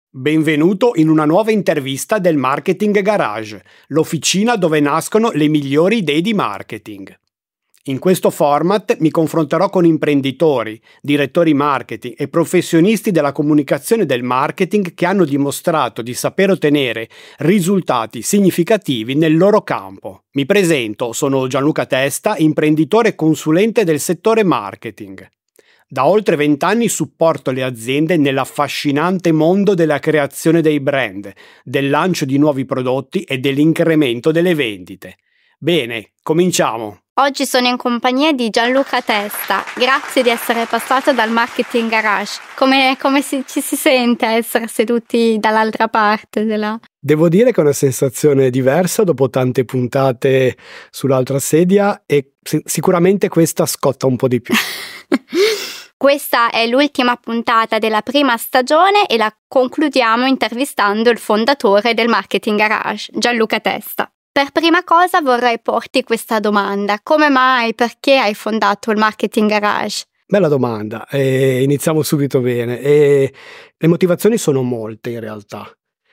Benvenuto in una nuova intervista del Marketing Garage, l'officina dove nascono le migliori idee di marketing. In questo format mi confronterò con imprenditori, direttori marketing e professionisti della comunicazione e del marketing che hanno dimostrato di saper ottenere risultati significativi nel loro campo. Mi presento, sono Gianluca Testa, imprenditore e consulente del settore marketing. Da oltre 20 anni supporto le aziende nell'affascinante mondo della creazione dei brand, del lancio di nuovi prodotti e dell'incremento delle vendite. Bene, cominciamo! Oggi sono in compagnia di Gianluca Testa. Grazie di essere passato dal Marketing Garage. Come ci si sente a essere seduti dall'altra parte della... Devo dire che è una sensazione diversa dopo tante puntate sull'altra sedia e sicuramente questa scotta un po' di più. Questa è l'ultima puntata della prima stagione e la concludiamo intervistando il fondatore del Marketing Garage, Gianluca Testa. Per prima cosa vorrei porti questa domanda. Come mai, perché hai fondato il Marketing Garage? Bella domanda, iniziamo subito bene. Le motivazioni sono molte in realtà.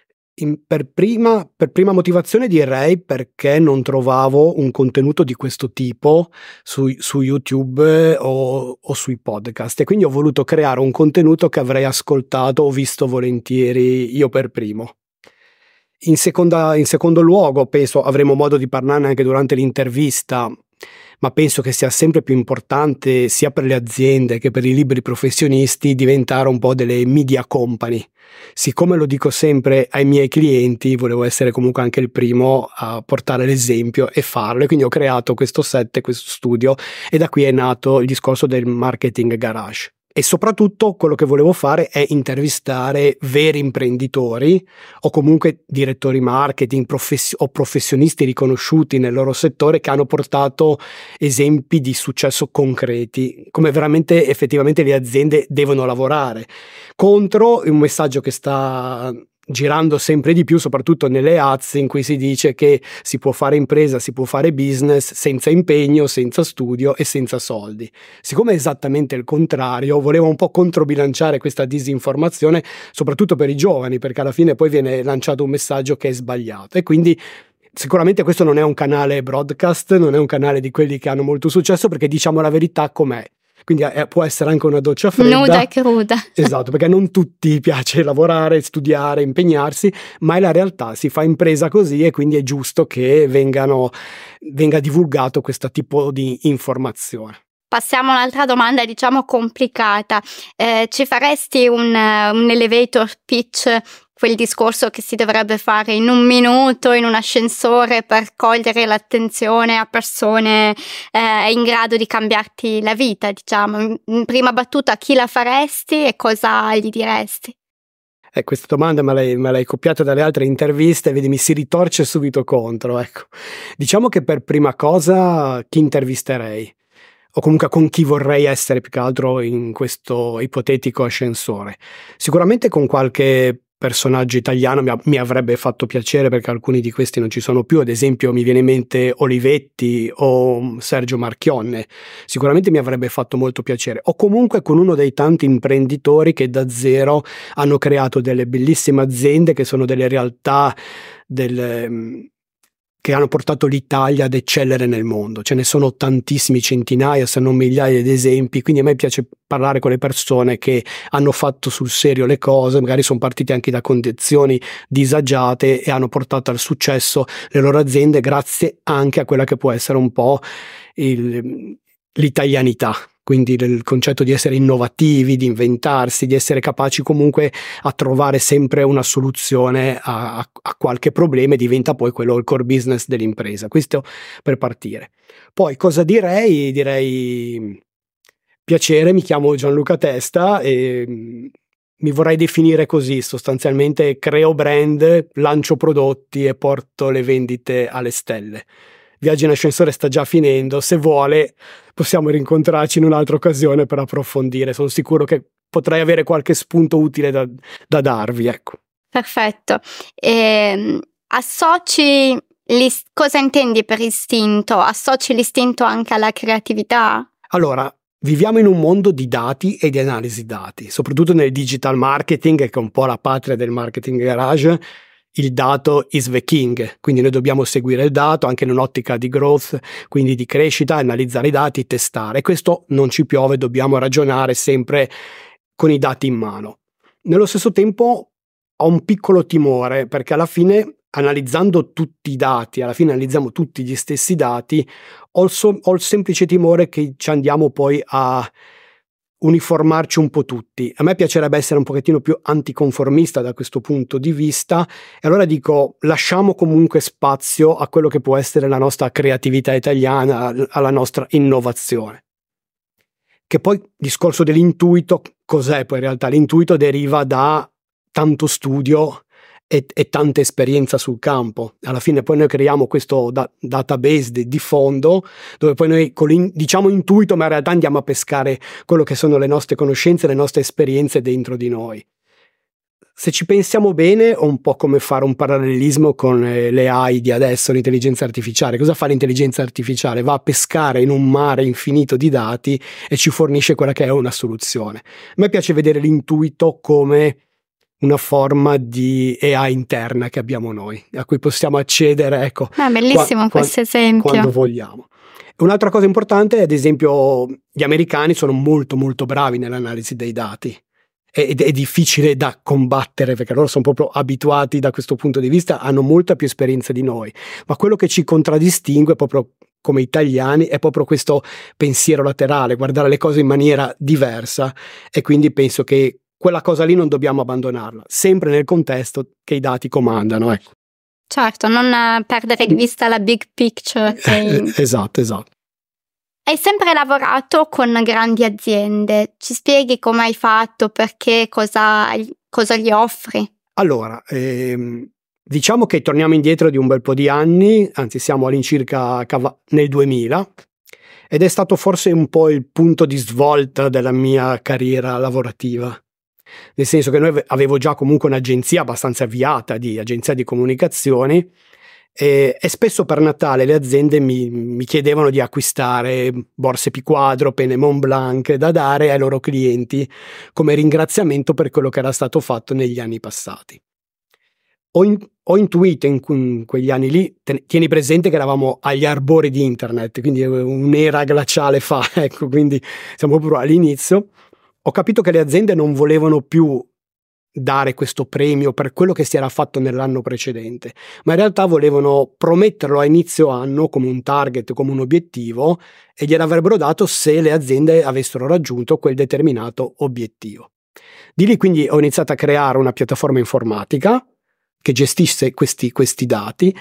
Per prima motivazione direi perché non trovavo un contenuto di questo tipo su YouTube o sui podcast, e quindi ho voluto creare un contenuto che avrei ascoltato o visto volentieri io per primo. In secondo luogo, penso avremo modo di parlarne anche durante l'intervista, ma penso che sia sempre più importante sia per le aziende che per i liberi professionisti diventare un po' delle media company. Siccome lo dico sempre ai miei clienti, volevo essere comunque anche il primo a portare l'esempio e farlo, e quindi ho creato questo set, questo studio, e da qui è nato il discorso del Marketing Garage. E soprattutto quello che volevo fare è intervistare veri imprenditori o comunque direttori marketing o professionisti riconosciuti nel loro settore che hanno portato esempi di successo concreti, come veramente effettivamente le aziende devono lavorare, contro un messaggio che sta girando sempre di più, soprattutto nelle ads, in cui si dice che si può fare impresa, si può fare business senza impegno, senza studio e senza soldi. Siccome è esattamente il contrario, volevo un po' controbilanciare questa disinformazione, soprattutto per i giovani, perché alla fine poi viene lanciato un messaggio che è sbagliato, e quindi sicuramente questo non è un canale broadcast, non è un canale di quelli che hanno molto successo, perché diciamo la verità com'è. Quindi può essere anche una doccia fredda. Nuda e cruda. Esatto, perché non tutti piace lavorare, studiare, impegnarsi, ma è la realtà, si fa impresa così, e quindi è giusto che venga divulgato questo tipo di informazione. Passiamo a un'altra domanda, diciamo complicata. Ci faresti un elevator pitch, quel discorso che si dovrebbe fare in un minuto in un ascensore per cogliere l'attenzione a persone in grado di cambiarti la vita, diciamo? In prima battuta, chi la faresti e cosa gli diresti? Questa domanda me l'hai copiata dalle altre interviste, vedi, mi si ritorce subito contro, ecco. Diciamo che per prima cosa chi intervisterei, o comunque con chi vorrei essere più che altro in questo ipotetico ascensore. Sicuramente con qualche personaggio italiano mi avrebbe fatto piacere, perché alcuni di questi non ci sono più. Ad esempio mi viene in mente Olivetti o Sergio Marchionne, sicuramente mi avrebbe fatto molto piacere, o comunque con uno dei tanti imprenditori che da zero hanno creato delle bellissime aziende che sono delle realtà che hanno portato l'Italia ad eccellere nel mondo. Ce ne sono tantissimi, centinaia se non migliaia di esempi, quindi a me piace parlare con le persone che hanno fatto sul serio le cose, magari sono partiti anche da condizioni disagiate e hanno portato al successo le loro aziende grazie anche a quella che può essere un po' l'italianità. Quindi il concetto di essere innovativi, di inventarsi, di essere capaci comunque a trovare sempre una soluzione a qualche problema, e diventa poi quello il core business dell'impresa. Questo per partire. Poi cosa direi? Direi piacere, mi chiamo Gianluca Testa e mi vorrei definire così, sostanzialmente creo brand, lancio prodotti e porto le vendite alle stelle. Viaggio in ascensore sta già finendo, se vuole possiamo rincontrarci in un'altra occasione per approfondire, sono sicuro che potrei avere qualche spunto utile da darvi, ecco. Perfetto. Associ cosa intendi per istinto? Associ l'istinto anche alla creatività? Allora, Viviamo in un mondo di dati e di analisi dati, soprattutto nel digital marketing, che è un po' la patria del marketing garage. Il dato is the king, quindi noi dobbiamo seguire il dato anche in un'ottica di growth, quindi di crescita, analizzare i dati, testare. E questo non ci piove, dobbiamo ragionare sempre con i dati in mano. Nello stesso tempo ho un piccolo timore, perché alla fine, analizzando tutti i dati, alla fine analizziamo tutti gli stessi dati, ho il semplice timore che ci andiamo poi a uniformarci un po' tutti. A me piacerebbe essere un pochettino più anticonformista da questo punto di vista, e allora dico, lasciamo comunque spazio a quello che può essere la nostra creatività italiana, alla nostra innovazione. Che poi il discorso dell'intuito, cos'è poi in realtà? L'intuito deriva da tanto studio e tanta esperienza sul campo. Alla fine poi noi creiamo questo database di fondo, dove poi noi diciamo intuito, ma in realtà andiamo a pescare quello che sono le nostre conoscenze, le nostre esperienze dentro di noi. Se ci pensiamo bene, è un po' come fare un parallelismo con le AI di adesso, l'intelligenza artificiale. Cosa fa l'intelligenza artificiale? Va a pescare in un mare infinito di dati e ci fornisce quella che è una soluzione. A me piace vedere l'intuito come una forma di AI interna che abbiamo noi, a cui possiamo accedere, ecco. Bellissimo questo esempio. Quando vogliamo. Un'altra cosa importante è, ad esempio, gli americani sono molto molto bravi nell'analisi dei dati. Ed è difficile da combattere, perché loro sono proprio abituati da questo punto di vista, hanno molta più esperienza di noi, ma quello che ci contraddistingue proprio come italiani è proprio questo pensiero laterale, guardare le cose in maniera diversa, e quindi penso che quella cosa lì non dobbiamo abbandonarla, sempre nel contesto che i dati comandano, ecco. Certo, non perdere di vista la big picture. Esatto. Hai sempre lavorato con grandi aziende, ci spieghi come hai fatto, perché, cosa gli offri? Allora, diciamo che torniamo indietro di un bel po' di anni, anzi siamo all'incirca nel 2000, ed è stato forse un po' il punto di svolta della mia carriera lavorativa. Nel senso che avevo già comunque un'agenzia abbastanza avviata, agenzia di comunicazioni, e spesso per Natale le aziende mi chiedevano di acquistare borse Piquadro, penne Montblanc da dare ai loro clienti come ringraziamento per quello che era stato fatto negli anni passati. Ho intuito in quegli anni lì, tieni presente che eravamo agli arbori di internet, quindi un'era glaciale fa, ecco, quindi siamo proprio all'inizio. Ho capito che le aziende non volevano più dare questo premio per quello che si era fatto nell'anno precedente, ma in realtà volevano prometterlo a inizio anno come un target, come un obiettivo, e gliel'avrebbero dato se le aziende avessero raggiunto quel determinato obiettivo. Di lì quindi ho iniziato a creare una piattaforma informatica che gestisse questi dati,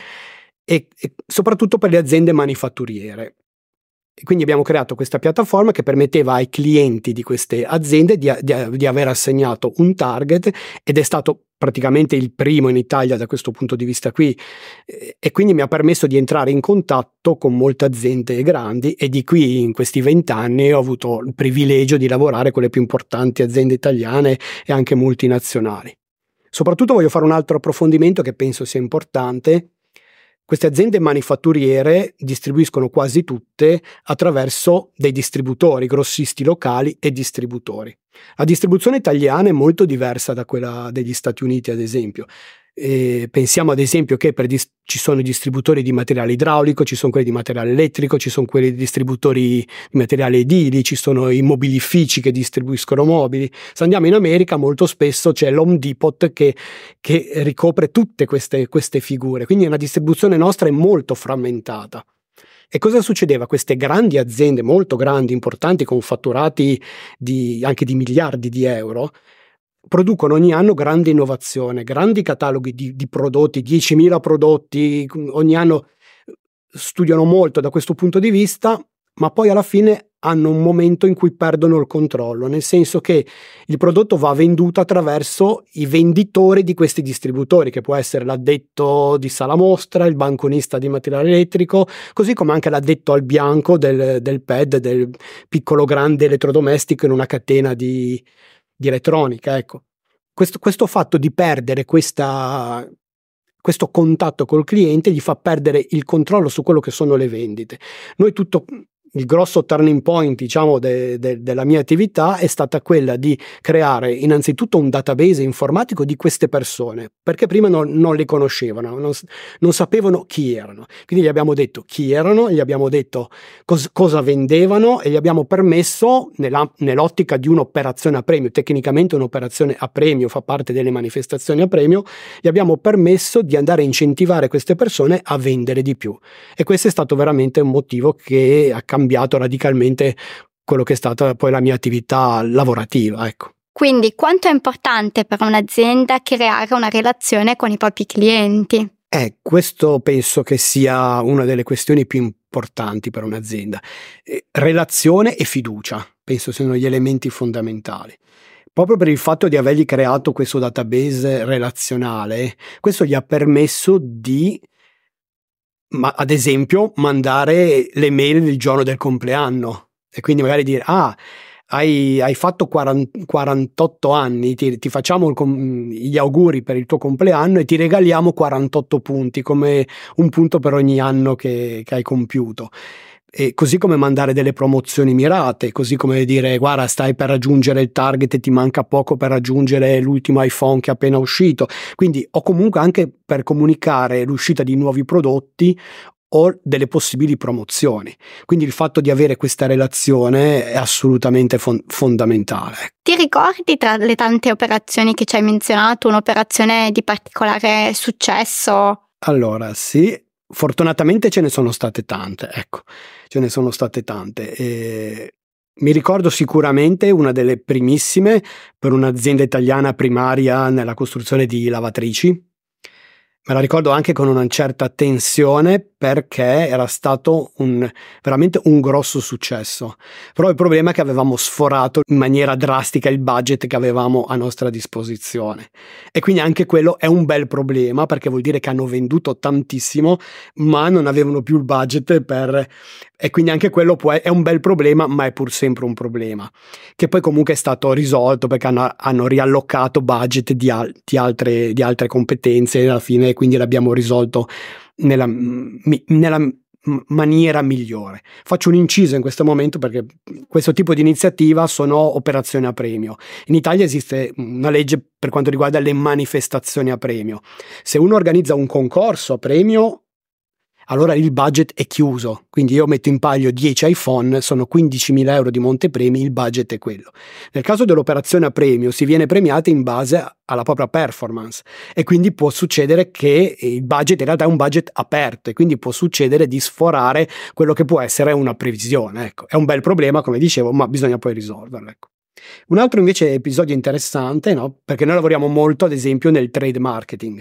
e soprattutto per le aziende manifatturiere. E quindi abbiamo creato questa piattaforma che permetteva ai clienti di queste aziende di aver assegnato un target, ed è stato praticamente il primo in Italia da questo punto di vista qui, e quindi mi ha permesso di entrare in contatto con molte aziende grandi, e di qui in questi 20 anni ho avuto il privilegio di lavorare con le più importanti aziende italiane e anche multinazionali. Soprattutto voglio fare un altro approfondimento che penso sia importante. Queste aziende manifatturiere distribuiscono quasi tutte attraverso dei distributori, grossisti locali e distributori. La distribuzione italiana è molto diversa da quella degli Stati Uniti, ad esempio. Pensiamo ad esempio che ci sono i distributori di materiale idraulico, ci sono quelli di materiale elettrico, ci sono quelli distributori di materiali edili, ci sono i mobilifici che distribuiscono mobili. Se andiamo in America, molto spesso c'è l'Home Depot che ricopre tutte queste figure, quindi una distribuzione nostra è molto frammentata. E cosa succedeva? Queste grandi aziende, molto grandi, importanti, con fatturati anche di miliardi di euro, producono ogni anno grande innovazione, grandi cataloghi di prodotti, 10.000 prodotti, ogni anno studiano molto da questo punto di vista, ma poi alla fine hanno un momento in cui perdono il controllo, nel senso che il prodotto va venduto attraverso i venditori di questi distributori, che può essere l'addetto di sala mostra, il banconista di materiale elettrico, così come anche l'addetto al bianco del PED, del piccolo grande elettrodomestico in una catena di elettronica, ecco. Questo fatto di perdere questo contatto col cliente gli fa perdere il controllo su quello che sono le vendite. Noi tutto il grosso turning point, diciamo, della mia attività è stata quella di creare innanzitutto un database informatico di queste persone, perché prima non le conoscevano, non sapevano chi erano. Quindi gli abbiamo detto chi erano, gli abbiamo detto cosa vendevano e gli abbiamo permesso, nell'ottica di un'operazione a premio, tecnicamente un'operazione a premio, fa parte delle manifestazioni a premio, gli abbiamo permesso di andare a incentivare queste persone a vendere di più. E questo è stato veramente un motivo che ha cambiato radicalmente quello che è stata poi la mia attività lavorativa, ecco. Quindi quanto è importante per un'azienda creare una relazione con i propri clienti? Questo penso che sia una delle questioni più importanti per un'azienda. Relazione e fiducia, penso siano gli elementi fondamentali. Proprio per il fatto di avergli creato questo database relazionale, questo gli ha permesso di, ad esempio, mandare le mail il giorno del compleanno e quindi magari dire hai fatto 48 anni, ti facciamo gli auguri per il tuo compleanno e ti regaliamo 48 punti, come un punto per ogni anno che hai compiuto. E così come mandare delle promozioni mirate, così come dire guarda stai per raggiungere il target e ti manca poco per raggiungere l'ultimo iPhone che è appena uscito. Quindi o comunque anche per comunicare l'uscita di nuovi prodotti o delle possibili promozioni. Quindi il fatto di avere questa relazione è assolutamente fondamentale. Ti ricordi tra le tante operazioni che ci hai menzionato un'operazione di particolare successo? Allora sì, fortunatamente ce ne sono state tante, ecco, ce ne sono state tante. Mi ricordo sicuramente una delle primissime per un'azienda italiana primaria nella costruzione di lavatrici. Me la ricordo anche con una certa tensione perché era stato veramente un grosso successo. Però il problema è che avevamo sforato in maniera drastica il budget che avevamo a nostra disposizione. E quindi anche quello è un bel problema perché vuol dire che hanno venduto tantissimo ma non avevano più il budget e quindi anche quello è un bel problema, ma è pur sempre un problema. Che poi comunque è stato risolto perché hanno riallocato budget di altre competenze e alla fine quindi l'abbiamo risolto nella maniera migliore. Faccio un inciso in questo momento perché questo tipo di iniziativa sono operazioni a premio. In Italia esiste una legge per quanto riguarda le manifestazioni a premio. Se uno organizza un concorso a premio, allora il budget è chiuso, quindi io metto in palio 10 iPhone, sono 15.000 euro di montepremi, il budget è quello. Nel caso dell'operazione a premio si viene premiati in base alla propria performance e quindi può succedere che il budget in realtà è un budget aperto e quindi può succedere di sforare quello che può essere una previsione. Ecco, è un bel problema, come dicevo, ma bisogna poi risolverlo. Ecco. Un altro invece episodio interessante, no? Perché noi lavoriamo molto ad esempio nel trade marketing.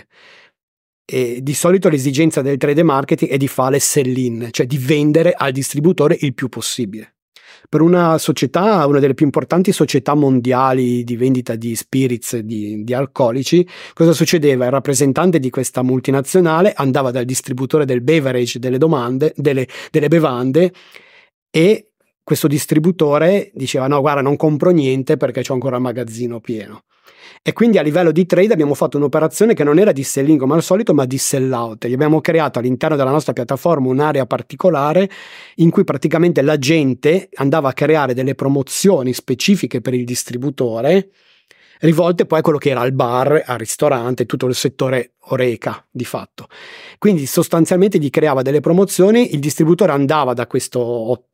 E di solito l'esigenza del trade marketing è di fare sell-in, cioè di vendere al distributore il più possibile. Per una società, una delle più importanti società mondiali di vendita di spirits, di alcolici, cosa succedeva? Il rappresentante di questa multinazionale andava dal distributore del beverage, delle bevande, e questo distributore diceva no guarda non compro niente perché c'ho ancora il magazzino pieno. E quindi a livello di trade abbiamo fatto un'operazione che non era di selling come al solito ma di sell out. Gli abbiamo creato all'interno della nostra piattaforma un'area particolare in cui praticamente la gente andava a creare delle promozioni specifiche per il distributore rivolte poi a quello che era il bar, al ristorante, tutto il settore Horeca di fatto. Quindi sostanzialmente gli creava delle promozioni, il distributore andava da questo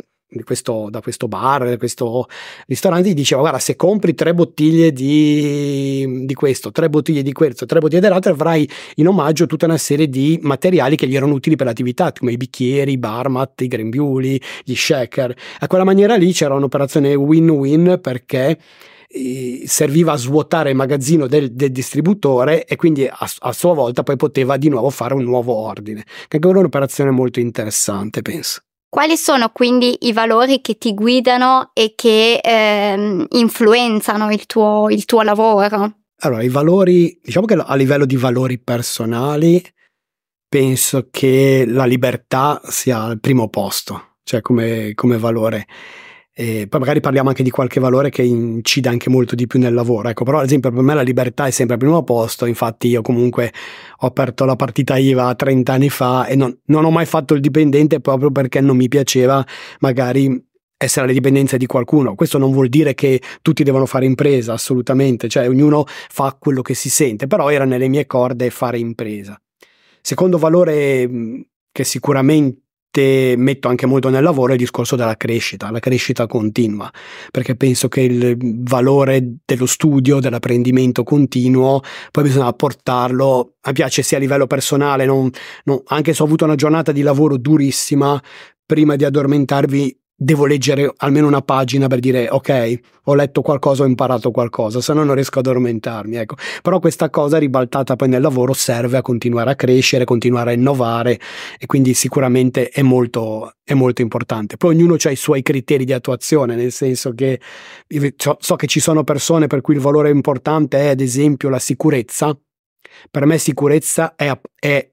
bar, da questo ristorante, gli diceva guarda se compri 3 bottiglie di questo, 3 bottiglie di questo, 3 bottiglie dell'altro avrai in omaggio tutta una serie di materiali che gli erano utili per l'attività come i bicchieri, i barmat, i grembiuli, gli shaker. A quella maniera lì c'era un'operazione win-win perché serviva a svuotare il magazzino del distributore e quindi a sua volta poi poteva di nuovo fare un nuovo ordine. Che è un'operazione molto interessante, penso. Quali sono quindi i valori che ti guidano e che influenzano il tuo lavoro? Allora, i valori, diciamo che a livello di valori personali penso che la libertà sia al primo posto, cioè come valore. E poi magari parliamo anche di qualche valore che incide anche molto di più nel lavoro, ecco. Però ad esempio per me la libertà è sempre al primo posto. Infatti io comunque ho aperto la partita IVA 30 anni fa e non ho mai fatto il dipendente, proprio perché non mi piaceva magari essere alle dipendenze di qualcuno. Questo non vuol dire che tutti devono fare impresa, assolutamente, cioè ognuno fa quello che si sente, però era nelle mie corde fare impresa. Secondo valore che sicuramente metto anche molto nel lavoro è il discorso della crescita, la crescita continua, perché penso che il valore dello studio, dell'apprendimento continuo, poi bisogna portarlo, a me piace sia a livello personale, anche se ho avuto una giornata di lavoro durissima, prima di addormentarvi devo leggere almeno una pagina per dire ok, ho letto qualcosa, ho imparato qualcosa, se no non riesco ad addormentarmi, ecco. Però questa cosa ribaltata poi nel lavoro serve a continuare a crescere, continuare a innovare, e quindi sicuramente è molto importante. Poi ognuno ha i suoi criteri di attuazione, nel senso che so che ci sono persone per cui il valore importante è ad esempio la sicurezza. Per me sicurezza è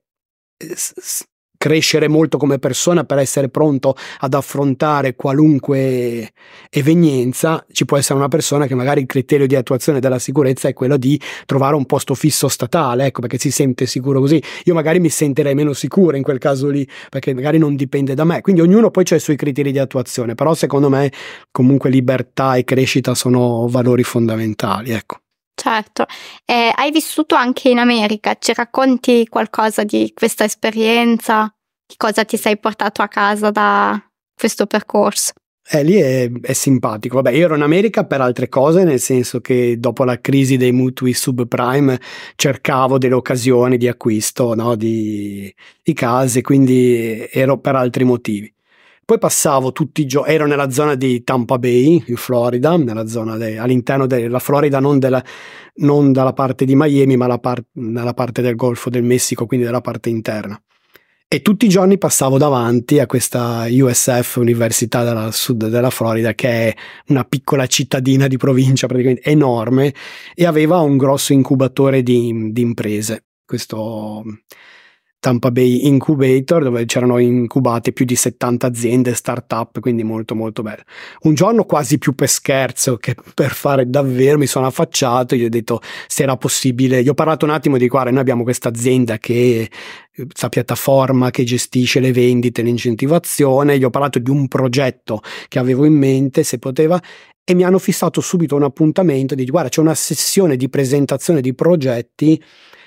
crescere molto come persona per essere pronto ad affrontare qualunque evenienza. Ci può essere una persona che magari il criterio di attuazione della sicurezza è quello di trovare un posto fisso statale, ecco, perché si sente sicuro così. Io magari mi sentirei meno sicuro in quel caso lì, perché magari non dipende da me. Quindi ognuno poi ha i suoi criteri di attuazione, però secondo me comunque libertà e crescita sono valori fondamentali, ecco. Certo, hai vissuto anche in America, ci racconti qualcosa di questa esperienza? Che cosa ti sei portato a casa da questo percorso? Lì è simpatico. Vabbè, io ero in America per altre cose, nel senso che dopo la crisi dei mutui subprime cercavo delle occasioni di acquisto, no, di case, quindi ero per altri motivi. Poi passavo tutti i giorni, ero nella zona di Tampa Bay, in Florida, nella zona all'interno della Florida, non dalla parte di Miami, ma nella parte del Golfo del Messico, quindi della parte interna. E tutti i giorni passavo davanti a questa USF, Università della Sud della Florida, che è una piccola cittadina di provincia praticamente enorme, e aveva un grosso incubatore di imprese. Questo Tampa Bay Incubator, dove c'erano incubate più di 70 aziende, start-up, quindi molto molto bello. Un giorno, quasi più per scherzo che per fare davvero, mi sono affacciato e gli ho detto se era possibile. Gli ho parlato un attimo di guarda, noi abbiamo questa azienda che questa piattaforma che gestisce le vendite, l'incentivazione. Gli ho parlato di un progetto che avevo in mente, se poteva, e mi hanno fissato subito un appuntamento di guarda, c'è una sessione di presentazione di progetti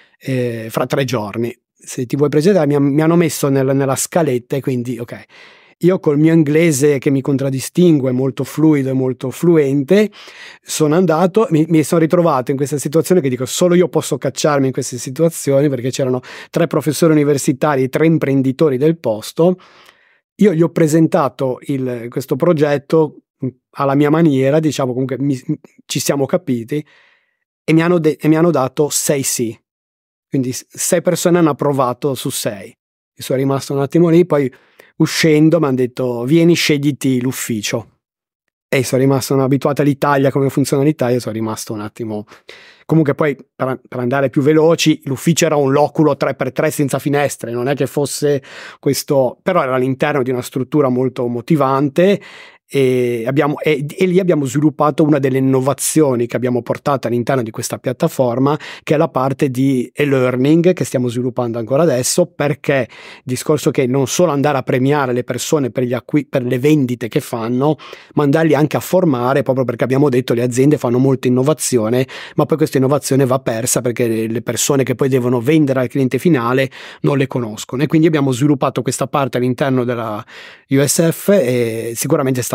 fra 3 giorni. Se ti vuoi presentare, mi hanno messo nella scaletta, e quindi ok. Io col mio inglese che mi contraddistingue, molto fluido e molto fluente, sono andato, mi sono ritrovato in questa situazione che dico solo io posso cacciarmi in queste situazioni, perché c'erano 3 professori universitari e 3 imprenditori del posto. Io gli ho presentato questo progetto alla mia maniera, diciamo, comunque ci siamo capiti, e mi hanno dato 6 sì. Quindi 6 persone hanno approvato su 6. Io sono rimasto un attimo lì, poi uscendo mi hanno detto vieni, scegliti l'ufficio. E sono abituato all'Italia, come funziona l'Italia, sono rimasto un attimo. Comunque poi per andare più veloci, l'ufficio era un loculo 3x3 senza finestre, non è che fosse questo, però era all'interno di una struttura molto motivante. E lì abbiamo sviluppato una delle innovazioni che abbiamo portato all'interno di questa piattaforma, che è la parte di e-learning che stiamo sviluppando ancora adesso, perché il discorso che non solo andare a premiare le persone per le vendite che fanno, ma andarli anche a formare, proprio perché abbiamo detto le aziende fanno molta innovazione, ma poi questa innovazione va persa perché le persone che poi devono vendere al cliente finale non le conoscono, e quindi abbiamo sviluppato questa parte all'interno della USF, e sicuramente è stato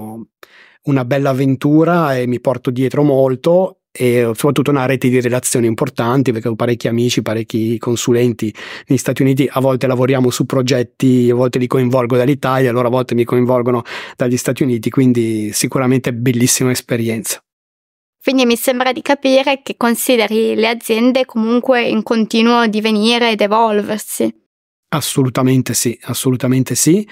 una bella avventura e mi porto dietro molto, e soprattutto una rete di relazioni importanti, perché ho parecchi amici, parecchi consulenti negli Stati Uniti. A volte lavoriamo su progetti, a volte li coinvolgo dall'Italia, loro a volte mi coinvolgono dagli Stati Uniti, quindi sicuramente bellissima esperienza. Quindi mi sembra di capire che consideri le aziende comunque in continuo divenire ed evolversi. Assolutamente sì, assolutamente sì.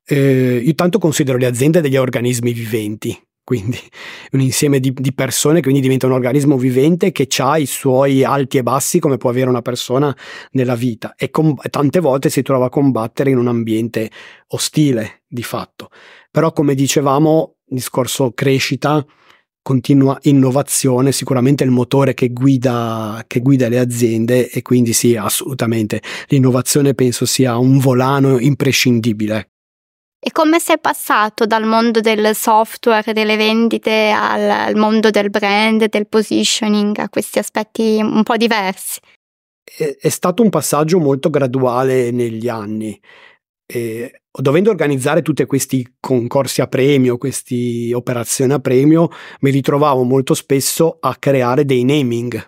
Io tanto considero le aziende degli organismi viventi, quindi un insieme di persone che quindi diventa un organismo vivente che ha i suoi alti e bassi, come può avere una persona nella vita, e tante volte si trova a combattere in un ambiente ostile di fatto. Però come dicevamo, discorso crescita, continua innovazione, sicuramente è il motore che guida le aziende, e quindi sì, assolutamente l'innovazione penso sia un volano imprescindibile. E come sei passato dal mondo del software, delle vendite, al mondo del brand, del positioning, a questi aspetti un po' diversi? È stato un passaggio molto graduale negli anni. Dovendo organizzare tutti questi concorsi a premio, queste operazioni a premio, mi ritrovavo molto spesso a creare dei naming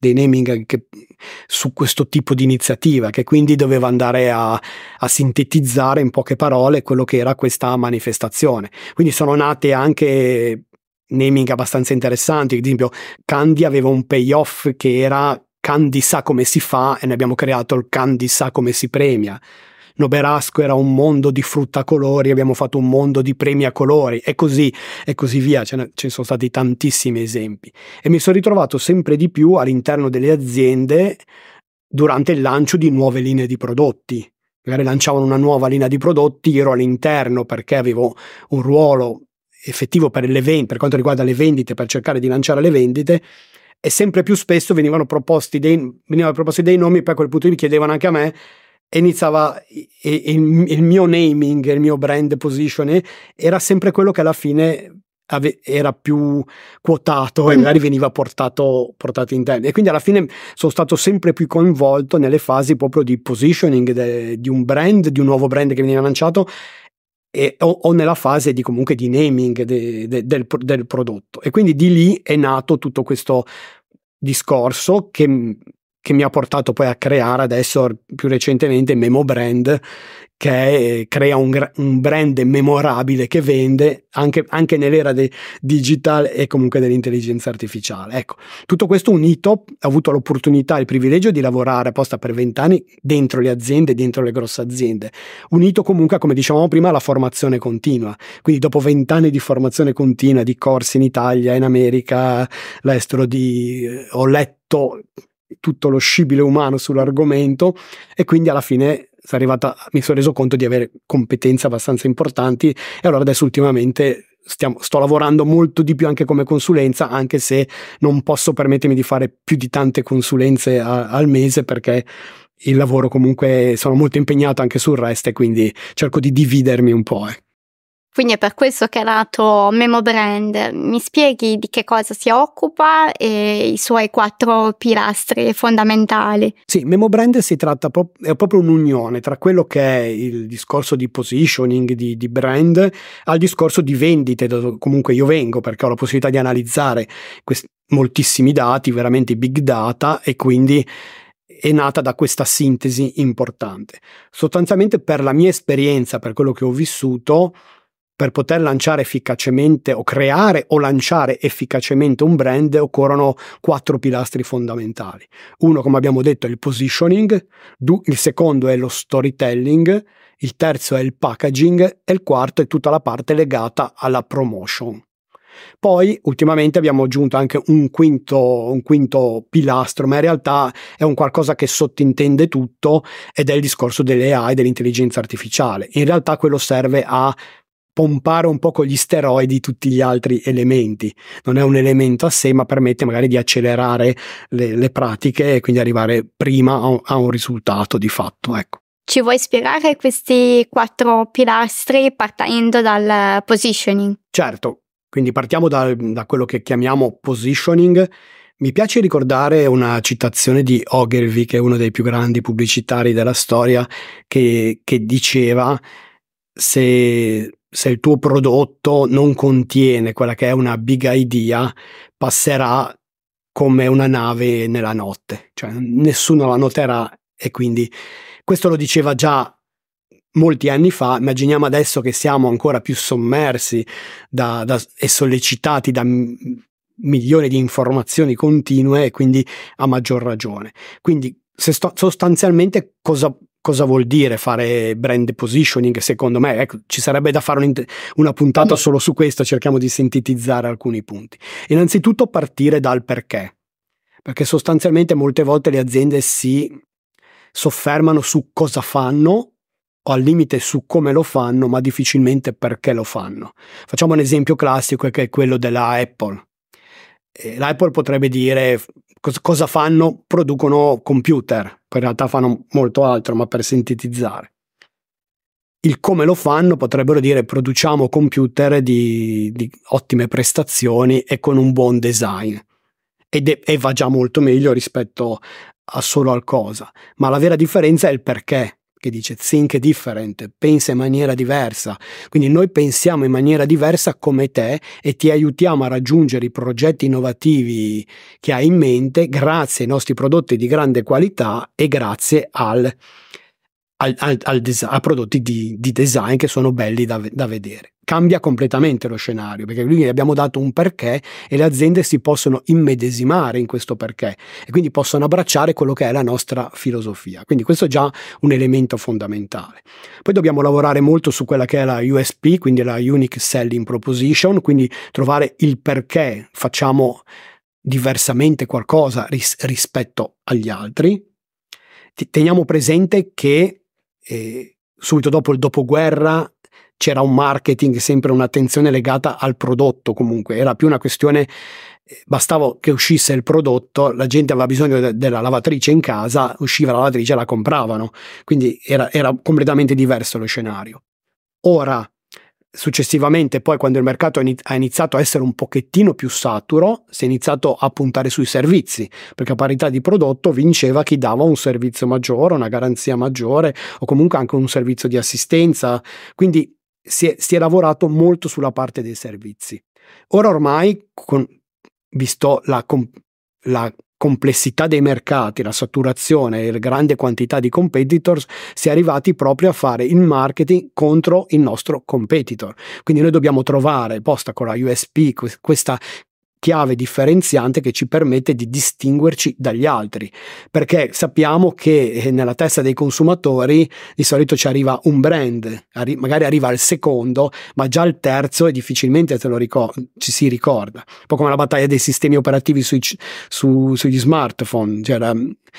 su questo tipo di iniziativa, che quindi doveva andare a sintetizzare in poche parole quello che era questa manifestazione. Quindi sono nate anche naming abbastanza interessanti. Ad esempio, Candy aveva un payoff che era Candy sa come si fa, e ne abbiamo creato il Candy sa come si premia. Noberasco era un mondo di frutta a colori, abbiamo fatto un mondo di premi a colori, e così via. Ce ne sono stati tantissimi esempi, e mi sono ritrovato sempre di più all'interno delle aziende durante il lancio di nuove linee di prodotti. Magari lanciavano una nuova linea di prodotti, io ero all'interno perché avevo un ruolo effettivo per quanto riguarda le vendite, per cercare di lanciare le vendite, e sempre più spesso venivano proposti dei nomi, poi a quel punto mi chiedevano anche a me, e iniziava il mio naming, il mio brand position era sempre quello che alla fine era più quotato e magari veniva portato in termini, e quindi alla fine sono stato sempre più coinvolto nelle fasi proprio di positioning di un brand, di un nuovo brand che veniva lanciato, o nella fase comunque di naming del prodotto, e quindi di lì è nato tutto questo discorso che mi ha portato poi a creare adesso più recentemente Memo Brand, che crea un brand memorabile che vende anche nell'era digital e comunque dell'intelligenza artificiale. Ecco, tutto questo unito, ho avuto l'opportunità e il privilegio di lavorare apposta per 20 anni dentro le aziende, dentro le grosse aziende, unito comunque, come dicevamo prima, alla formazione continua. Quindi dopo 20 anni di formazione continua, di corsi in Italia, in America, all'estero, ho letto tutto lo scibile umano sull'argomento, e quindi alla fine mi sono reso conto di avere competenze abbastanza importanti, e allora adesso ultimamente sto lavorando molto di più anche come consulenza, anche se non posso permettermi di fare più di tante consulenze al mese, perché il lavoro comunque sono molto impegnato anche sul resto, e quindi cerco di dividermi un po'. Quindi è per questo che è nato Memo Brand. Mi spieghi di che cosa si occupa e i suoi 4 pilastri fondamentali? Sì, Memo Brand è proprio un'unione tra quello che è il discorso di positioning, di brand, al discorso di vendite, dove comunque io vengo, perché ho la possibilità di analizzare moltissimi dati, veramente big data, e quindi è nata da questa sintesi importante. Sostanzialmente, per la mia esperienza, per quello che ho vissuto, per poter lanciare efficacemente o creare o lanciare efficacemente un brand occorrono 4 pilastri fondamentali. Uno, come abbiamo detto, è il positioning, il secondo è lo storytelling, il terzo è il packaging, e il quarto è tutta la parte legata alla promotion. Poi ultimamente abbiamo aggiunto anche un quinto pilastro, ma in realtà è un qualcosa che sottintende tutto, ed è il discorso delle AI, dell'intelligenza artificiale. In realtà quello serve a pompare un po' con gli steroidi tutti gli altri elementi. Non è un elemento a sé, ma permette magari di accelerare le pratiche, e quindi arrivare prima a un risultato di fatto. Ecco. Ci vuoi spiegare questi 4 pilastri partendo dal positioning? Certo, quindi partiamo da quello che chiamiamo positioning. Mi piace ricordare una citazione di Ogilvy, che è uno dei più grandi pubblicitari della storia, che diceva: se il tuo prodotto non contiene quella che è una big idea, passerà come una nave nella notte, cioè nessuno la noterà. E quindi questo lo diceva già molti anni fa. Immaginiamo adesso che siamo ancora più sommersi e sollecitati da milioni di informazioni continue, e quindi a maggior ragione. Quindi sostanzialmente cosa vuol dire fare brand positioning? Secondo me, ecco, ci sarebbe da fare una puntata solo su questo. Cerchiamo di sintetizzare alcuni punti. Innanzitutto partire dal perché sostanzialmente molte volte le aziende si soffermano su cosa fanno, o al limite su come lo fanno, ma difficilmente perché lo fanno. Facciamo un esempio classico che è quello della Apple. La Apple potrebbe dire cosa fanno? Producono computer, poi in realtà fanno molto altro, ma per sintetizzare. Il come lo fanno potrebbero dire produciamo computer di ottime prestazioni e con un buon design. E va già molto meglio rispetto a solo al cosa. Ma la vera differenza è il perché, che dice think different, pensa in maniera diversa. Quindi noi pensiamo in maniera diversa come te e ti aiutiamo a raggiungere i progetti innovativi che hai in mente grazie ai nostri prodotti di grande qualità e grazie a prodotti di design che sono belli da vedere. Cambia completamente lo scenario, perché qui abbiamo dato un perché e le aziende si possono immedesimare in questo perché e quindi possono abbracciare quello che è la nostra filosofia. Quindi questo è già un elemento fondamentale. Poi dobbiamo lavorare molto su quella che è la USP, quindi la Unique Selling Proposition, quindi trovare il perché facciamo diversamente qualcosa rispetto agli altri. Teniamo presente che subito dopo il dopoguerra c'era un marketing, sempre un'attenzione legata al prodotto, comunque era più una questione, bastava che uscisse il prodotto, la gente aveva bisogno della lavatrice in casa, usciva la lavatrice e la compravano, quindi era completamente diverso lo scenario. Ora, successivamente, poi quando il mercato ha iniziato a essere un pochettino più saturo, si è iniziato a puntare sui servizi, perché a parità di prodotto vinceva chi dava un servizio maggiore, una garanzia maggiore o comunque anche un servizio di assistenza, quindi si è lavorato molto sulla parte dei servizi. Ora ormai, visto la complessità dei mercati, la saturazione e la grande quantità di competitors, si è arrivati proprio a fare il marketing contro il nostro competitor. Quindi noi dobbiamo trovare, posta con la USP, questa chiave differenziante che ci permette di distinguerci dagli altri, perché sappiamo che nella testa dei consumatori di solito ci arriva un brand, magari arriva il secondo, ma già il terzo e difficilmente ci si ricorda. Un po' come la battaglia dei sistemi operativi sugli smartphone, c'era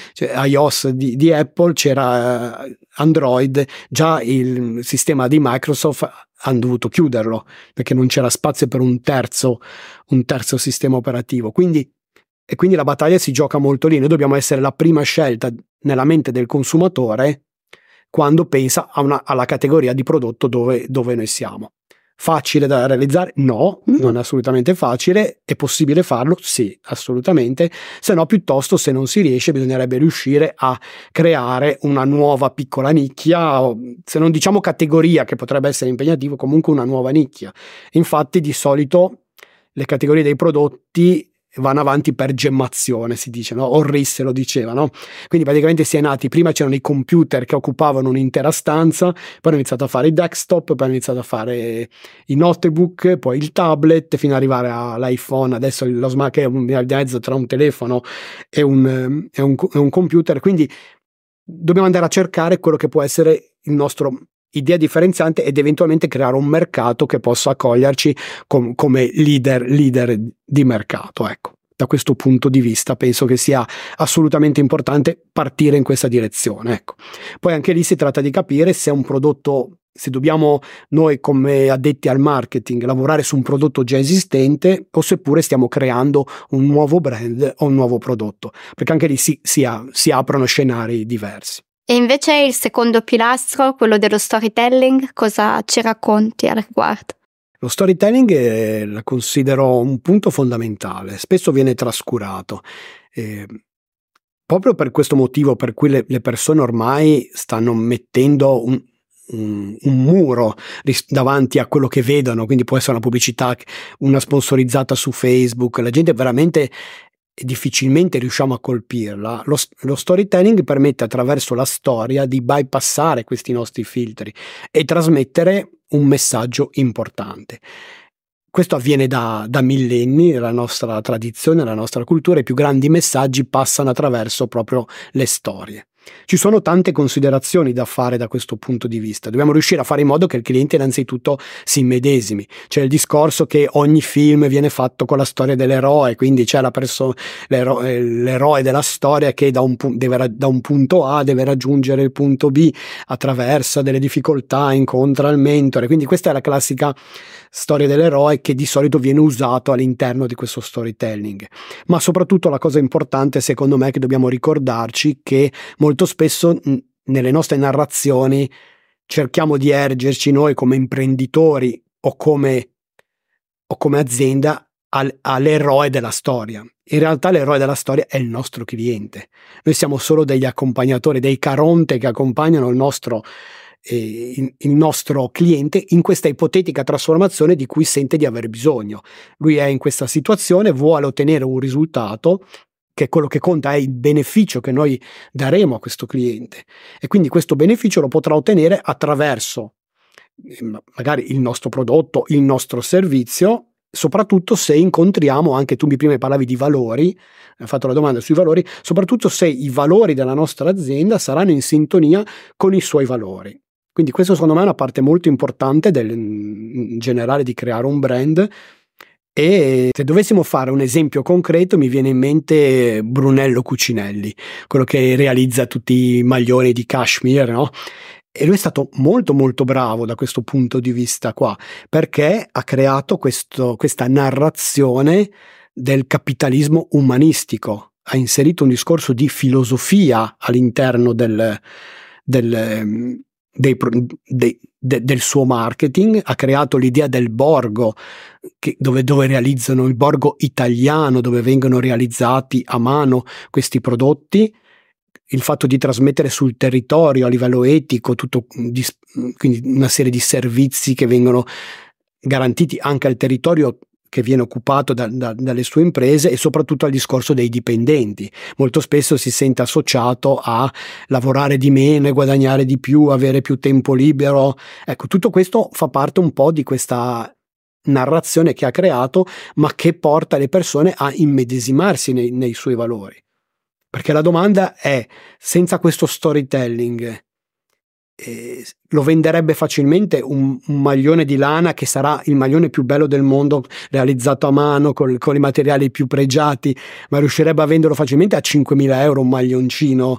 iOS di Apple, c'era Android, già il sistema di Microsoft hanno dovuto chiuderlo perché non c'era spazio per un terzo sistema operativo. Quindi la battaglia si gioca molto lì. Noi dobbiamo essere la prima scelta nella mente del consumatore quando pensa alla categoria di prodotto dove noi siamo. Facile da realizzare? No, non è assolutamente facile. È possibile farlo? Sì, assolutamente. Se no, piuttosto, se non si riesce, bisognerebbe riuscire a creare una nuova piccola nicchia, se non diciamo categoria, che potrebbe essere impegnativo, comunque una nuova nicchia. Infatti, di solito le categorie dei prodotti vanno avanti per gemmazione, si dice, no? Orris lo diceva, no? Quindi praticamente si è nati, prima c'erano i computer che occupavano un'intera stanza, poi hanno iniziato a fare i desktop, poi hanno iniziato a fare i notebook, poi il tablet, fino ad arrivare all'iPhone, adesso lo smart che è un mezzo tra un telefono e un computer. Quindi dobbiamo andare a cercare quello che può essere il nostro idea differenziante ed eventualmente creare un mercato che possa accoglierci come leader di mercato. Ecco, da questo punto di vista penso che sia assolutamente importante partire in questa direzione. Ecco. Poi anche lì si tratta di capire se è un prodotto, se dobbiamo noi come addetti al marketing lavorare su un prodotto già esistente o seppure stiamo creando un nuovo brand o un nuovo prodotto, perché anche lì si aprono scenari diversi. E invece il secondo pilastro, quello dello storytelling, cosa ci racconti al riguardo? Lo storytelling la considero un punto fondamentale, spesso viene trascurato, proprio per questo motivo per cui le persone ormai stanno mettendo un muro davanti a quello che vedono, quindi può essere una pubblicità, una sponsorizzata su Facebook, la gente veramente difficilmente riusciamo a colpirla. Lo storytelling permette attraverso la storia di bypassare questi nostri filtri e trasmettere un messaggio importante. Questo avviene da millenni, la nostra tradizione, la nostra cultura, i più grandi messaggi passano attraverso proprio le storie. Ci sono tante considerazioni da fare da questo punto di vista. Dobbiamo riuscire a fare in modo che il cliente innanzitutto si immedesimi. C'è il discorso che ogni film viene fatto con la storia dell'eroe, quindi c'è l'eroe della storia che da un punto A deve raggiungere il punto B, attraversa delle difficoltà, incontra il mentore. Quindi questa è la classica storia dell'eroe che di solito viene usato all'interno di questo storytelling. Ma soprattutto la cosa importante secondo me è che dobbiamo ricordarci che molto spesso nelle nostre narrazioni cerchiamo di ergerci noi come imprenditori o come azienda all'eroe della storia. In realtà l'eroe della storia è il nostro cliente. Noi siamo solo degli accompagnatori, dei caronte che accompagnano il nostro cliente in questa ipotetica trasformazione di cui sente di aver bisogno. Lui è in questa situazione, vuole ottenere un risultato, che quello che conta è il beneficio che noi daremo a questo cliente, e quindi questo beneficio lo potrà ottenere attraverso magari il nostro prodotto, il nostro servizio, soprattutto se incontriamo, anche tu prima parlavi di valori, hai fatto la domanda sui valori, soprattutto se i valori della nostra azienda saranno in sintonia con i suoi valori. Quindi questo secondo me è una parte molto importante in generale di creare un brand. E se dovessimo fare un esempio concreto mi viene in mente Brunello Cucinelli, quello che realizza tutti i maglioni di cashmere, no? E lui è stato molto molto bravo da questo punto di vista qua, perché ha creato questa narrazione del capitalismo umanistico, ha inserito un discorso di filosofia all'interno del suo marketing, ha creato l'idea del borgo, dove realizzano il borgo italiano, dove vengono realizzati a mano questi prodotti, il fatto di trasmettere sul territorio a livello etico, quindi una serie di servizi che vengono garantiti anche al territorio che viene occupato dalle sue imprese, e soprattutto al discorso dei dipendenti. Molto spesso si sente associato a lavorare di meno e guadagnare di più, avere più tempo libero. Ecco, tutto questo fa parte un po' di questa narrazione che ha creato, ma che porta le persone a immedesimarsi nei suoi valori. Perché la domanda è: senza questo storytelling lo venderebbe facilmente un maglione di lana che sarà il maglione più bello del mondo, realizzato a mano con i materiali più pregiati, ma riuscirebbe a venderlo facilmente a 5.000 euro un maglioncino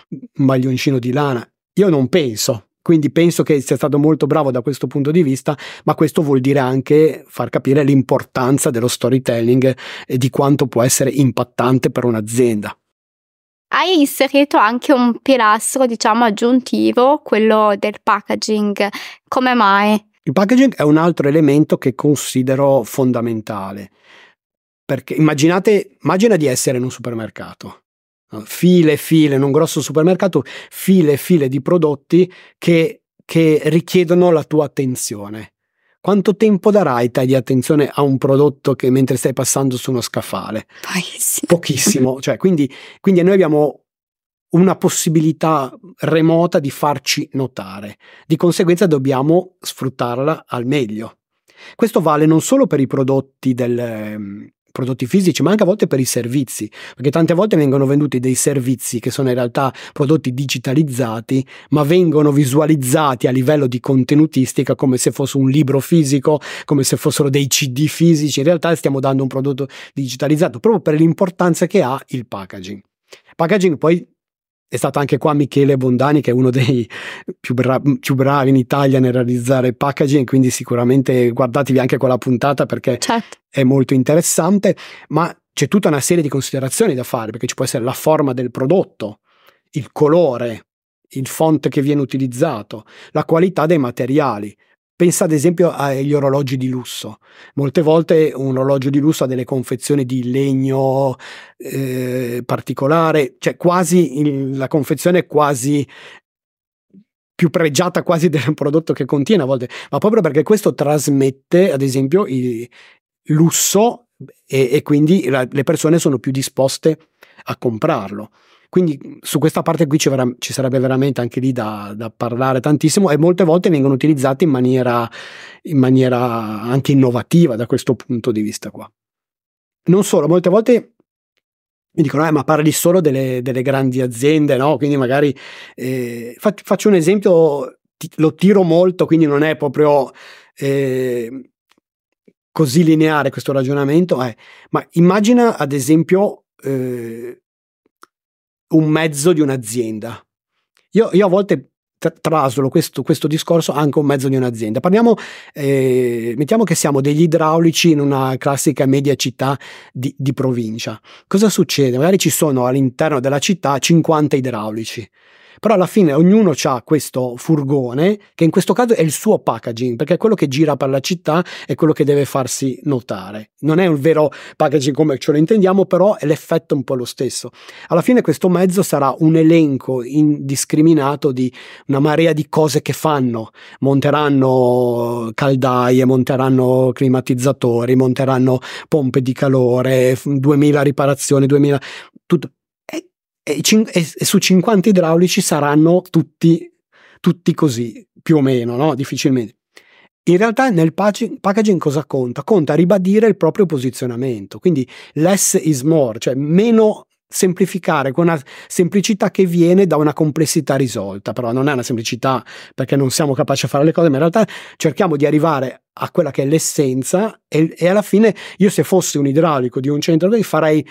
di lana? Io non penso. Quindi penso che sia stato molto bravo da questo punto di vista, ma questo vuol dire anche far capire l'importanza dello storytelling e di quanto può essere impattante per un'azienda. Hai inserito anche un pilastro, diciamo, aggiuntivo, quello del packaging. Come mai? Il packaging è un altro elemento che considero fondamentale, perché immagina di essere in un supermercato, file e file, in un grosso supermercato, file e file di prodotti che richiedono la tua attenzione. Quanto tempo darai te di attenzione a un prodotto che mentre stai passando su uno scaffale? Pochissimo. Cioè, quindi noi abbiamo una possibilità remota di farci notare. Di conseguenza dobbiamo sfruttarla al meglio. Questo vale non solo per i prodotti prodotti fisici, ma anche a volte per i servizi, perché tante volte vengono venduti dei servizi che sono in realtà prodotti digitalizzati, ma vengono visualizzati a livello di contenutistica come se fosse un libro fisico, come se fossero dei CD fisici. In realtà stiamo dando un prodotto digitalizzato proprio per l'importanza che ha il packaging. Packaging poi è stato anche qua Michele Bondani, che è uno dei più bravi in Italia nel realizzare packaging, quindi sicuramente guardatevi anche quella puntata perché certo, è molto interessante, ma c'è tutta una serie di considerazioni da fare, perché ci può essere la forma del prodotto, il colore, il font che viene utilizzato, la qualità dei materiali. Pensa ad esempio agli orologi di lusso. Molte volte un orologio di lusso ha delle confezioni di legno particolare, cioè quasi la confezione è quasi più pregiata quasi del prodotto che contiene a volte, ma proprio perché questo trasmette ad esempio il lusso e quindi le persone sono più disposte a comprarlo. Quindi su questa parte qui ci sarebbe veramente anche lì da parlare tantissimo, e molte volte vengono utilizzati in maniera anche innovativa da questo punto di vista qua. Non solo, molte volte mi dicono ma parli solo delle grandi aziende, no? Quindi magari faccio un esempio, lo tiro molto, quindi non è proprio così lineare questo ragionamento, ma immagina ad esempio un mezzo di un'azienda. Io a volte traslo questo discorso anche un mezzo di un'azienda. Mettiamo che siamo degli idraulici in una classica media città di provincia. Cosa succede? Magari ci sono all'interno della città 50 idraulici, però alla fine ognuno ha questo furgone che in questo caso è il suo packaging, perché è quello che gira per la città, è quello che deve farsi notare. Non è un vero packaging come ce lo intendiamo, però è l'effetto un po' lo stesso. Alla fine questo mezzo sarà un elenco indiscriminato di una marea di cose che fanno. Monteranno caldaie, monteranno climatizzatori, monteranno pompe di calore, 2000 riparazioni, 2000 tutto. E su 50 idraulici saranno tutti così, più o meno, no? Difficilmente. In realtà nel packaging cosa conta? Conta ribadire il proprio posizionamento, quindi less is more, cioè meno, semplificare con una semplicità che viene da una complessità risolta, però non è una semplicità perché non siamo capaci a fare le cose, ma in realtà cerchiamo di arrivare a quella che è l'essenza e alla fine io, se fossi un idraulico di un centro, farei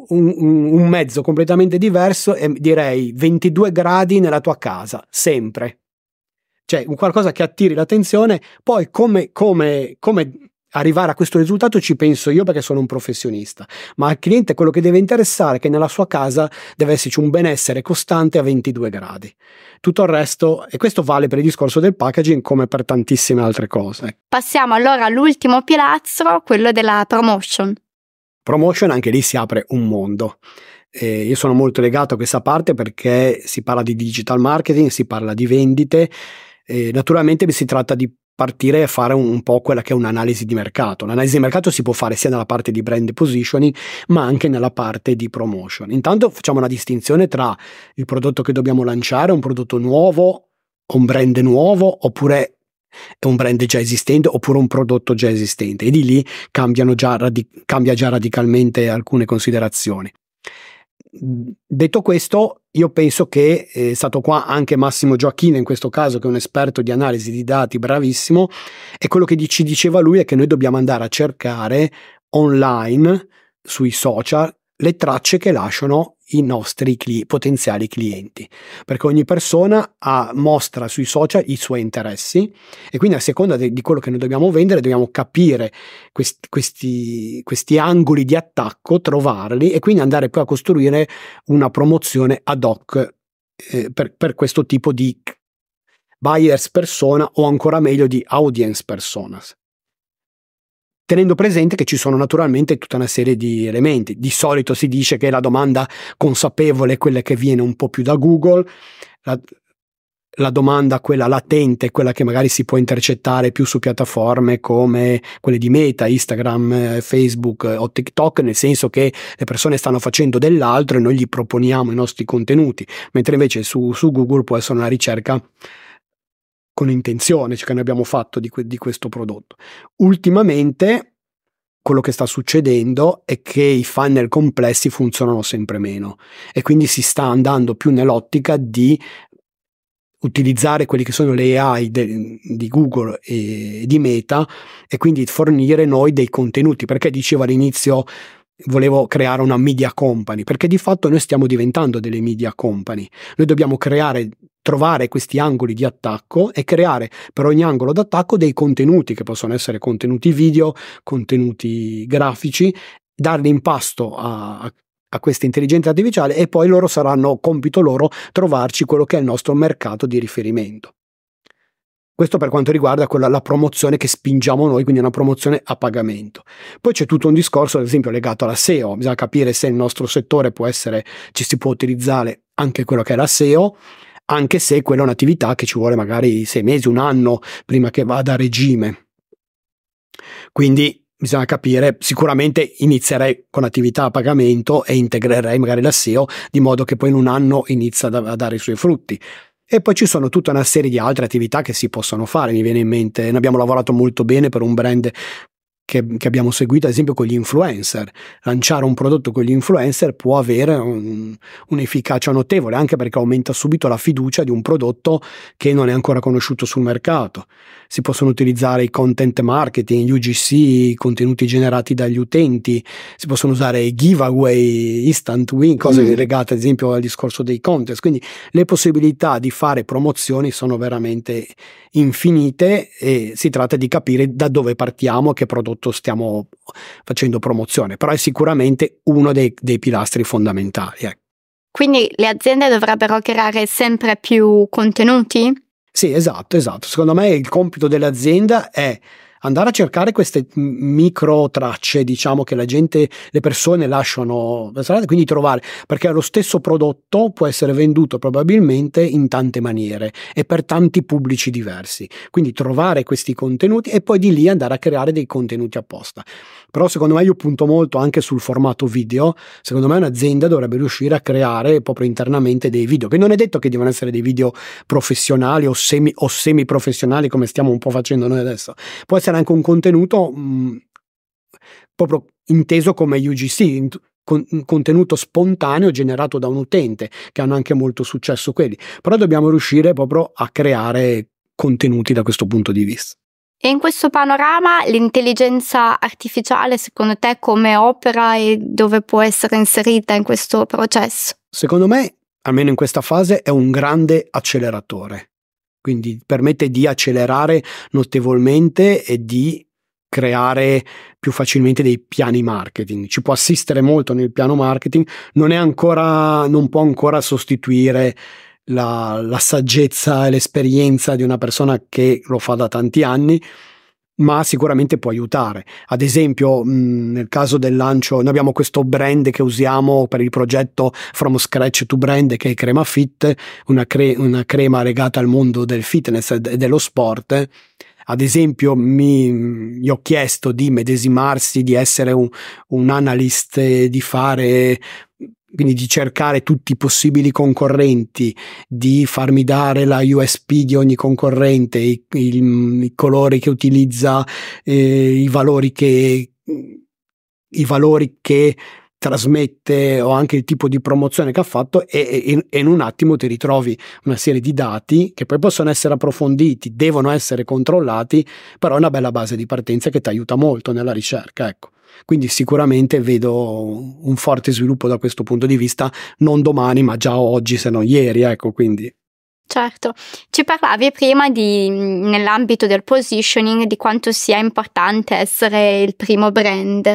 un mezzo completamente diverso e direi 22 gradi nella tua casa, sempre. Cioè un qualcosa che attiri l'attenzione. Poi come arrivare a questo risultato ci penso io perché sono un professionista, ma al cliente quello che deve interessare è che nella sua casa deve esserci un benessere costante a 22 gradi. Tutto il resto, e questo vale per il discorso del packaging come per tantissime altre cose. Passiamo allora all'ultimo pilastro, quello della promotion. Promotion, anche lì si apre un mondo. Io sono molto legato a questa parte perché si parla di digital marketing, si parla di vendite. Naturalmente si tratta di partire e fare un po' quella che è un'analisi di mercato. L'analisi di mercato si può fare sia nella parte di brand positioning, ma anche nella parte di promotion. Intanto facciamo una distinzione tra il prodotto che dobbiamo lanciare, un prodotto nuovo, un brand nuovo, oppure è un brand già esistente, oppure un prodotto già esistente, e di lì cambia già radicalmente alcune considerazioni. Detto questo, io penso che è stato qua anche Massimo Gioacchino in questo caso, che è un esperto di analisi di dati bravissimo, e quello che ci diceva lui è che noi dobbiamo andare a cercare online, sui social, le tracce che lasciano i nostri potenziali clienti, perché ogni persona mostra sui social i suoi interessi, e quindi a seconda di quello che noi dobbiamo vendere dobbiamo capire questi angoli di attacco, trovarli e quindi andare poi a costruire una promozione ad hoc per questo tipo di buyers persona, o ancora meglio di audience personas, tenendo presente che ci sono naturalmente tutta una serie di elementi. Di solito si dice che la domanda consapevole è quella che viene un po' più da Google, la domanda quella latente è quella che magari si può intercettare più su piattaforme come quelle di Meta, Instagram, Facebook o TikTok, nel senso che le persone stanno facendo dell'altro e noi gli proponiamo i nostri contenuti, mentre invece su Google può essere una ricerca con intenzione, cioè che noi abbiamo fatto di questo prodotto. Ultimamente quello che sta succedendo è che i funnel complessi funzionano sempre meno e quindi si sta andando più nell'ottica di utilizzare quelli che sono le AI di Google e di Meta, e quindi fornire noi dei contenuti. Perché dicevo all'inizio volevo creare una media company? Perché di fatto noi stiamo diventando delle media company. Noi dobbiamo trovare questi angoli di attacco e creare per ogni angolo d'attacco dei contenuti, che possono essere contenuti video, contenuti grafici, darli in pasto a questa intelligenza artificiale, e poi loro saranno compito loro trovarci quello che è il nostro mercato di riferimento. Questo per quanto riguarda la promozione che spingiamo noi, quindi una promozione a pagamento. Poi c'è tutto un discorso, ad esempio, legato alla SEO. Bisogna capire se il nostro settore ci si può utilizzare anche quello che è la SEO, anche se quella è un'attività che ci vuole magari 6 mesi, un anno prima che vada a regime. Quindi bisogna capire. Sicuramente inizierei con attività a pagamento e integrerei magari la SEO, di modo che poi in un anno inizia a dare i suoi frutti. E poi ci sono tutta una serie di altre attività che si possono fare. Mi viene in mente, ne abbiamo lavorato molto bene per un brand che abbiamo seguito, ad esempio con gli influencer. Lanciare un prodotto con gli influencer può avere un'efficacia notevole, anche perché aumenta subito la fiducia di un prodotto che non è ancora conosciuto sul mercato. Si possono utilizzare i content marketing, gli UGC, i contenuti generati dagli utenti, si possono usare i giveaway, instant win, cose legate ad esempio al discorso dei contest. Quindi le possibilità di fare promozioni sono veramente infinite e si tratta di capire da dove partiamo, che prodotto stiamo facendo promozione, però è sicuramente uno dei pilastri fondamentali. Quindi le aziende dovrebbero creare sempre più contenuti? Sì, esatto. Secondo me il compito dell'azienda è andare a cercare queste micro tracce, diciamo, che le persone lasciano, quindi trovare, perché lo stesso prodotto può essere venduto probabilmente in tante maniere e per tanti pubblici diversi, quindi trovare questi contenuti e poi di lì andare a creare dei contenuti apposta. Però secondo me io punto molto anche sul formato video. Secondo me un'azienda dovrebbe riuscire a creare proprio internamente dei video, che non è detto che devono essere dei video professionali o semi professionali come stiamo un po' facendo noi adesso. Può essere anche un contenuto proprio inteso come UGC, contenuto spontaneo generato da un utente, che hanno anche molto successo quelli. Però dobbiamo riuscire proprio a creare contenuti da questo punto di vista. E in questo panorama l'intelligenza artificiale secondo te come opera e dove può essere inserita in questo processo? Secondo me, almeno in questa fase, è un grande acceleratore, quindi permette di accelerare notevolmente e di creare più facilmente dei piani marketing. Ci può assistere molto nel piano marketing, non può ancora sostituire la saggezza e l'esperienza di una persona che lo fa da tanti anni, ma sicuramente può aiutare. Ad esempio, nel caso del lancio, noi abbiamo questo brand che usiamo per il progetto From Scratch to Brand, che è Crema Fit, una crema legata al mondo del fitness e dello sport. Ad esempio gli ho chiesto di medesimarsi, di essere un analyst, quindi di cercare tutti i possibili concorrenti, di farmi dare la USP di ogni concorrente, i colori che utilizza, i valori che trasmette o anche il tipo di promozione che ha fatto, e in un attimo ti ritrovi una serie di dati che poi possono essere approfonditi, devono essere controllati, però è una bella base di partenza che ti aiuta molto nella ricerca, ecco. Quindi sicuramente vedo un forte sviluppo da questo punto di vista, non domani ma già oggi, se non ieri, ecco, quindi. Certo, ci parlavi prima nell'ambito del positioning di quanto sia importante essere il primo brand.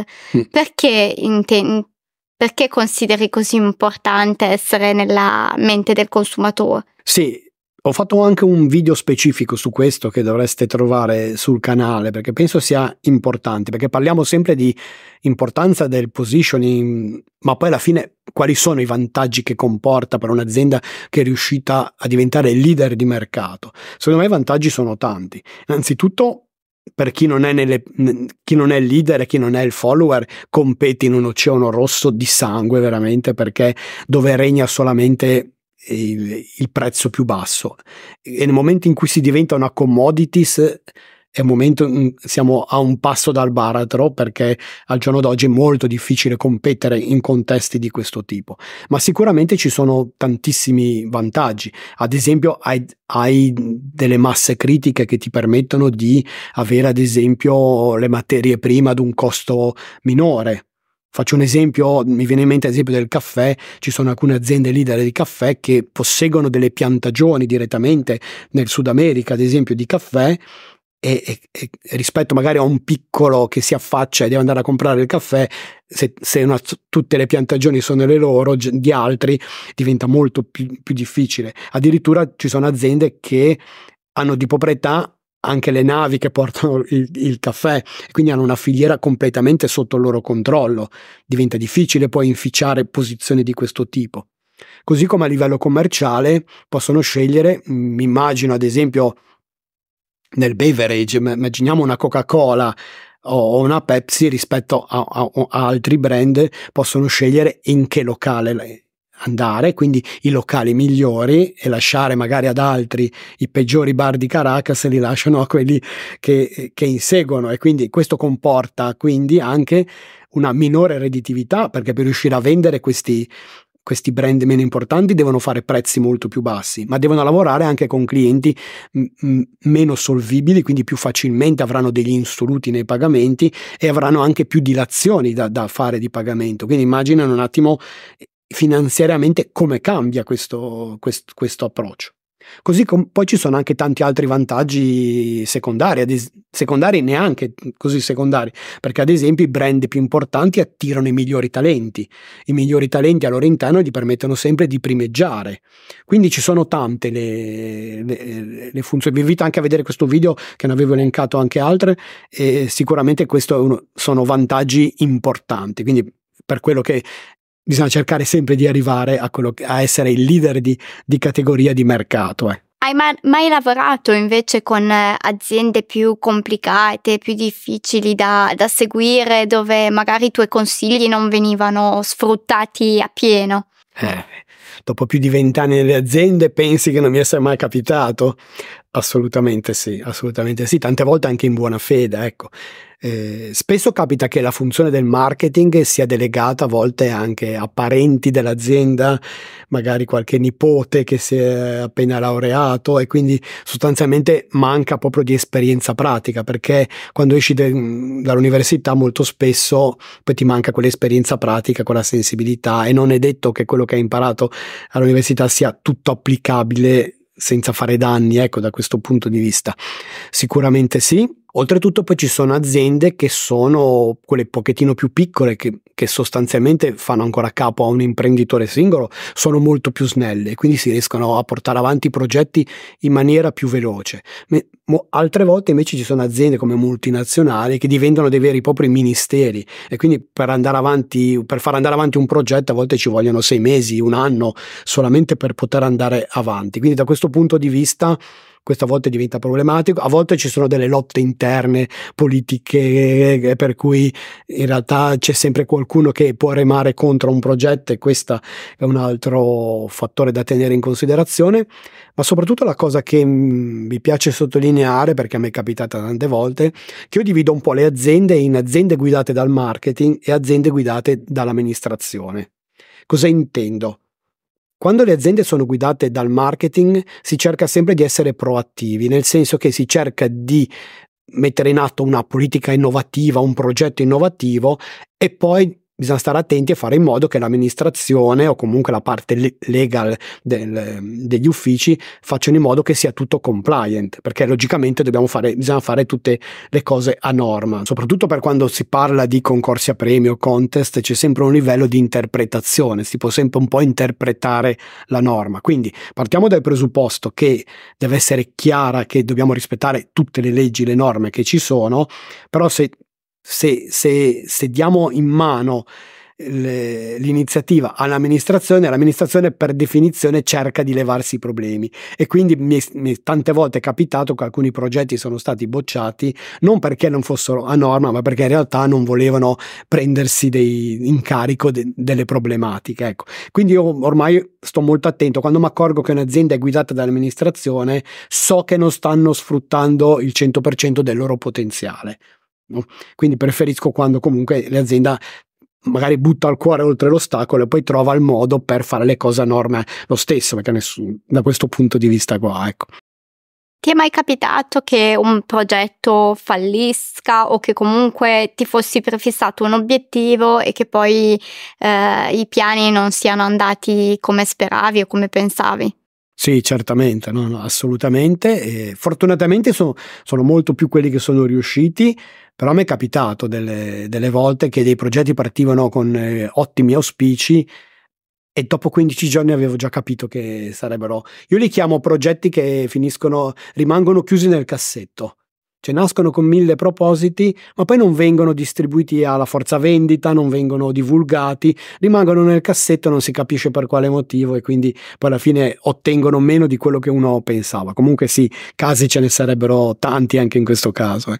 Perché consideri così importante essere nella mente del consumatore? Sì, ho fatto anche un video specifico su questo che dovreste trovare sul canale, perché penso sia importante, perché parliamo sempre di importanza del positioning, ma poi alla fine quali sono i vantaggi che comporta per un'azienda che è riuscita a diventare leader di mercato? Secondo me i vantaggi sono tanti. Innanzitutto, per chi non è il leader e chi non è il follower, compete in un oceano rosso di sangue veramente, perché dove regna solamente il prezzo più basso, e nel momento in cui si diventa una commodities è un momento, siamo a un passo dal baratro, perché al giorno d'oggi è molto difficile competere in contesti di questo tipo, ma sicuramente ci sono tantissimi vantaggi. Ad esempio hai delle masse critiche che ti permettono di avere ad esempio le materie prime ad un costo minore. Faccio un esempio, mi viene in mente l'esempio del caffè. Ci sono alcune aziende leader di caffè che posseggono delle piantagioni direttamente nel Sud America, ad esempio, di caffè, e rispetto magari a un piccolo che si affaccia e deve andare a comprare il caffè, se tutte le piantagioni sono le loro, di altri diventa molto più difficile. Addirittura ci sono aziende che hanno di proprietà anche le navi che portano il caffè, quindi hanno una filiera completamente sotto il loro controllo. Diventa difficile poi inficiare posizioni di questo tipo. Così come a livello commerciale possono scegliere, mi immagino ad esempio nel beverage, immaginiamo una Coca-Cola o una Pepsi rispetto a altri brand, possono scegliere in che locale andare, quindi i locali migliori, e lasciare magari ad altri i peggiori bar di Caracas, e li lasciano a quelli che inseguono, e quindi questo comporta quindi anche una minore redditività, perché per riuscire a vendere questi brand meno importanti devono fare prezzi molto più bassi, ma devono lavorare anche con clienti meno solvibili, quindi più facilmente avranno degli insoluti nei pagamenti e avranno anche più dilazioni da fare di pagamento. Quindi immaginano un attimo finanziariamente come cambia questo approccio. Così poi ci sono anche tanti altri vantaggi secondari, neanche così secondari, perché ad esempio i brand più importanti attirano i migliori talenti al loro interno, gli permettono sempre di primeggiare. Quindi ci sono tante le funzioni. Vi invito anche a vedere questo video, che ne avevo elencato anche altre, e sicuramente sono vantaggi importanti. Quindi per quello che bisogna cercare sempre di arrivare a essere il leader di categoria di mercato. Hai mai lavorato invece con aziende più complicate, più difficili da seguire, dove magari i tuoi consigli non venivano sfruttati a pieno? Dopo più di 20 anni nelle aziende, pensi che non mi sia mai capitato? Assolutamente sì, tante volte anche in buona fede, ecco. Spesso capita che la funzione del marketing sia delegata a volte anche a parenti dell'azienda, magari qualche nipote che si è appena laureato, e quindi sostanzialmente manca proprio di esperienza pratica, perché quando esci dall'università molto spesso poi ti manca quell'esperienza pratica, quella sensibilità, e non è detto che quello che hai imparato all'università sia tutto applicabile senza fare danni, ecco, da questo punto di vista. Sicuramente sì. Oltretutto poi ci sono aziende che sono quelle pochettino più piccole, che sostanzialmente fanno ancora capo a un imprenditore singolo, sono molto più snelle e quindi si riescono a portare avanti i progetti in maniera più veloce. Altre volte invece ci sono aziende come multinazionali che diventano dei veri e propri ministeri, e quindi per far andare avanti un progetto a volte ci vogliono 6 mesi, un anno, solamente per poter andare avanti. Quindi da questo punto di vista questo a volte diventa problematico. A volte ci sono delle lotte interne politiche, per cui in realtà c'è sempre qualcuno che può remare contro un progetto, e questo è un altro fattore da tenere in considerazione. Ma soprattutto la cosa che mi piace sottolineare, perché a me è capitata tante volte, che io divido un po' le aziende in aziende guidate dal marketing e aziende guidate dall'amministrazione. Cosa intendo? Quando le aziende sono guidate dal marketing si cerca sempre di essere proattivi, nel senso che si cerca di mettere in atto una politica innovativa, un progetto innovativo, e poi bisogna stare attenti a fare in modo che l'amministrazione o comunque la parte legal degli uffici facciano in modo che sia tutto compliant, perché logicamente bisogna fare tutte le cose a norma. Soprattutto per quando si parla di concorsi a premio, contest, c'è sempre un livello di interpretazione, si può sempre un po' interpretare la norma. Quindi partiamo dal presupposto che deve essere chiara, che dobbiamo rispettare tutte le leggi, le norme che ci sono, però se diamo in mano l'iniziativa l'amministrazione per definizione cerca di levarsi i problemi, e quindi tante volte è capitato che alcuni progetti sono stati bocciati non perché non fossero a norma, ma perché in realtà non volevano prendersi in carico delle problematiche, ecco. Quindi io ormai sto molto attento quando mi accorgo che un'azienda è guidata dall'amministrazione, so che non stanno sfruttando il 100% del loro potenziale. No? Quindi preferisco quando comunque l'azienda magari butta il cuore oltre l'ostacolo e poi trova il modo per fare le cose a norma lo stesso, perché da questo punto di vista qua, ecco. Ti è mai capitato che un progetto fallisca, o che comunque ti fossi prefissato un obiettivo e che poi i piani non siano andati come speravi o come pensavi? Sì, certamente, no, assolutamente. E fortunatamente sono molto più quelli che sono riusciti, però mi è capitato delle volte che dei progetti partivano con ottimi auspici e dopo 15 giorni avevo già capito che io li chiamo progetti che rimangono chiusi nel cassetto. Cioè nascono con 1000 propositi, ma poi non vengono distribuiti alla forza vendita, non vengono divulgati, rimangono nel cassetto, non si capisce per quale motivo, e quindi poi alla fine ottengono meno di quello che uno pensava. Comunque sì, casi ce ne sarebbero tanti anche in questo caso.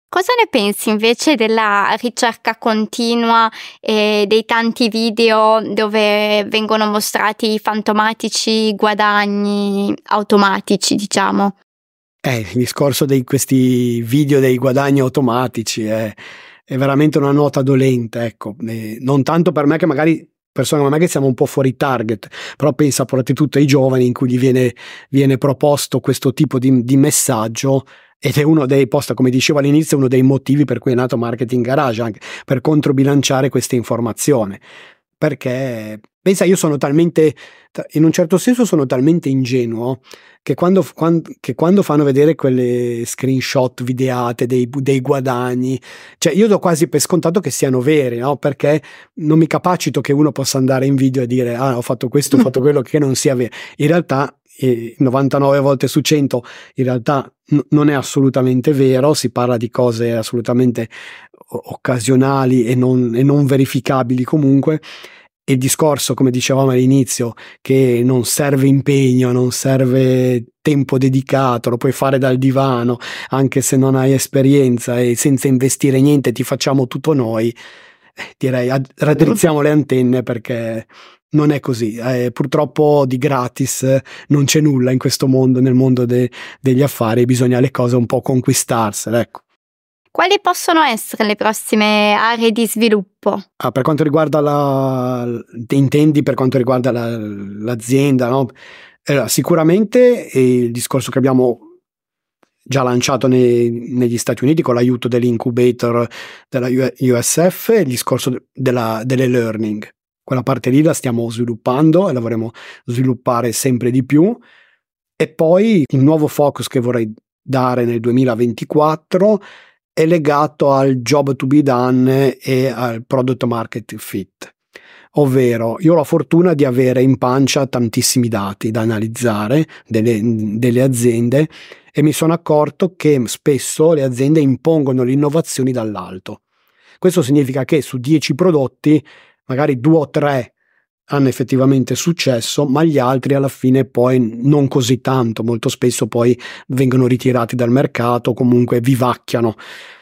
Cosa ne pensi invece della ricerca continua e dei tanti video dove vengono mostrati i fantomatici guadagni automatici, diciamo? Il discorso di questi video dei guadagni automatici è veramente una nota dolente, ecco. Non tanto per me, che magari persone come me che siamo un po' fuori target, però pensa soprattutto ai giovani in cui gli viene proposto questo tipo di messaggio, ed è uno dei post, come dicevo all'inizio, uno dei motivi per cui è nato Marketing Garage, anche per controbilanciare questa informazione. Perché pensa, io sono talmente, in un certo senso sono talmente ingenuo che quando fanno vedere quelle screenshot videate dei guadagni, cioè io do quasi per scontato che siano veri, no? Perché non mi capacito che uno possa andare in video e dire ho fatto questo, ho fatto quello, che non sia vero. In realtà 99 volte su 100 in realtà non è assolutamente vero, si parla di cose assolutamente occasionali e non verificabili comunque. Il discorso, come dicevamo all'inizio, che non serve impegno, non serve tempo dedicato, lo puoi fare dal divano anche se non hai esperienza e senza investire niente, ti facciamo tutto noi, direi raddrizziamo le antenne, perché non è così. Purtroppo di gratis non c'è nulla in questo mondo, nel mondo degli affari, bisogna le cose un po' conquistarsele, ecco. Quali possono essere le prossime aree di sviluppo? Per quanto riguarda intendi per quanto riguarda l'azienda, no? Sicuramente il discorso che abbiamo già lanciato negli Stati Uniti con l'aiuto dell'incubator della USF, il discorso delle learning. Quella parte lì la stiamo sviluppando e la vorremmo sviluppare sempre di più. E poi il nuovo focus che vorrei dare nel 2024 è legato al job to be done e al product market fit. Ovvero, io ho la fortuna di avere in pancia tantissimi dati da analizzare delle aziende, e mi sono accorto che spesso le aziende impongono le innovazioni dall'alto. Questo significa che su 10 prodotti magari 2 o 3 hanno effettivamente successo, ma gli altri alla fine poi non così tanto, molto spesso poi vengono ritirati dal mercato, comunque vivacchiano.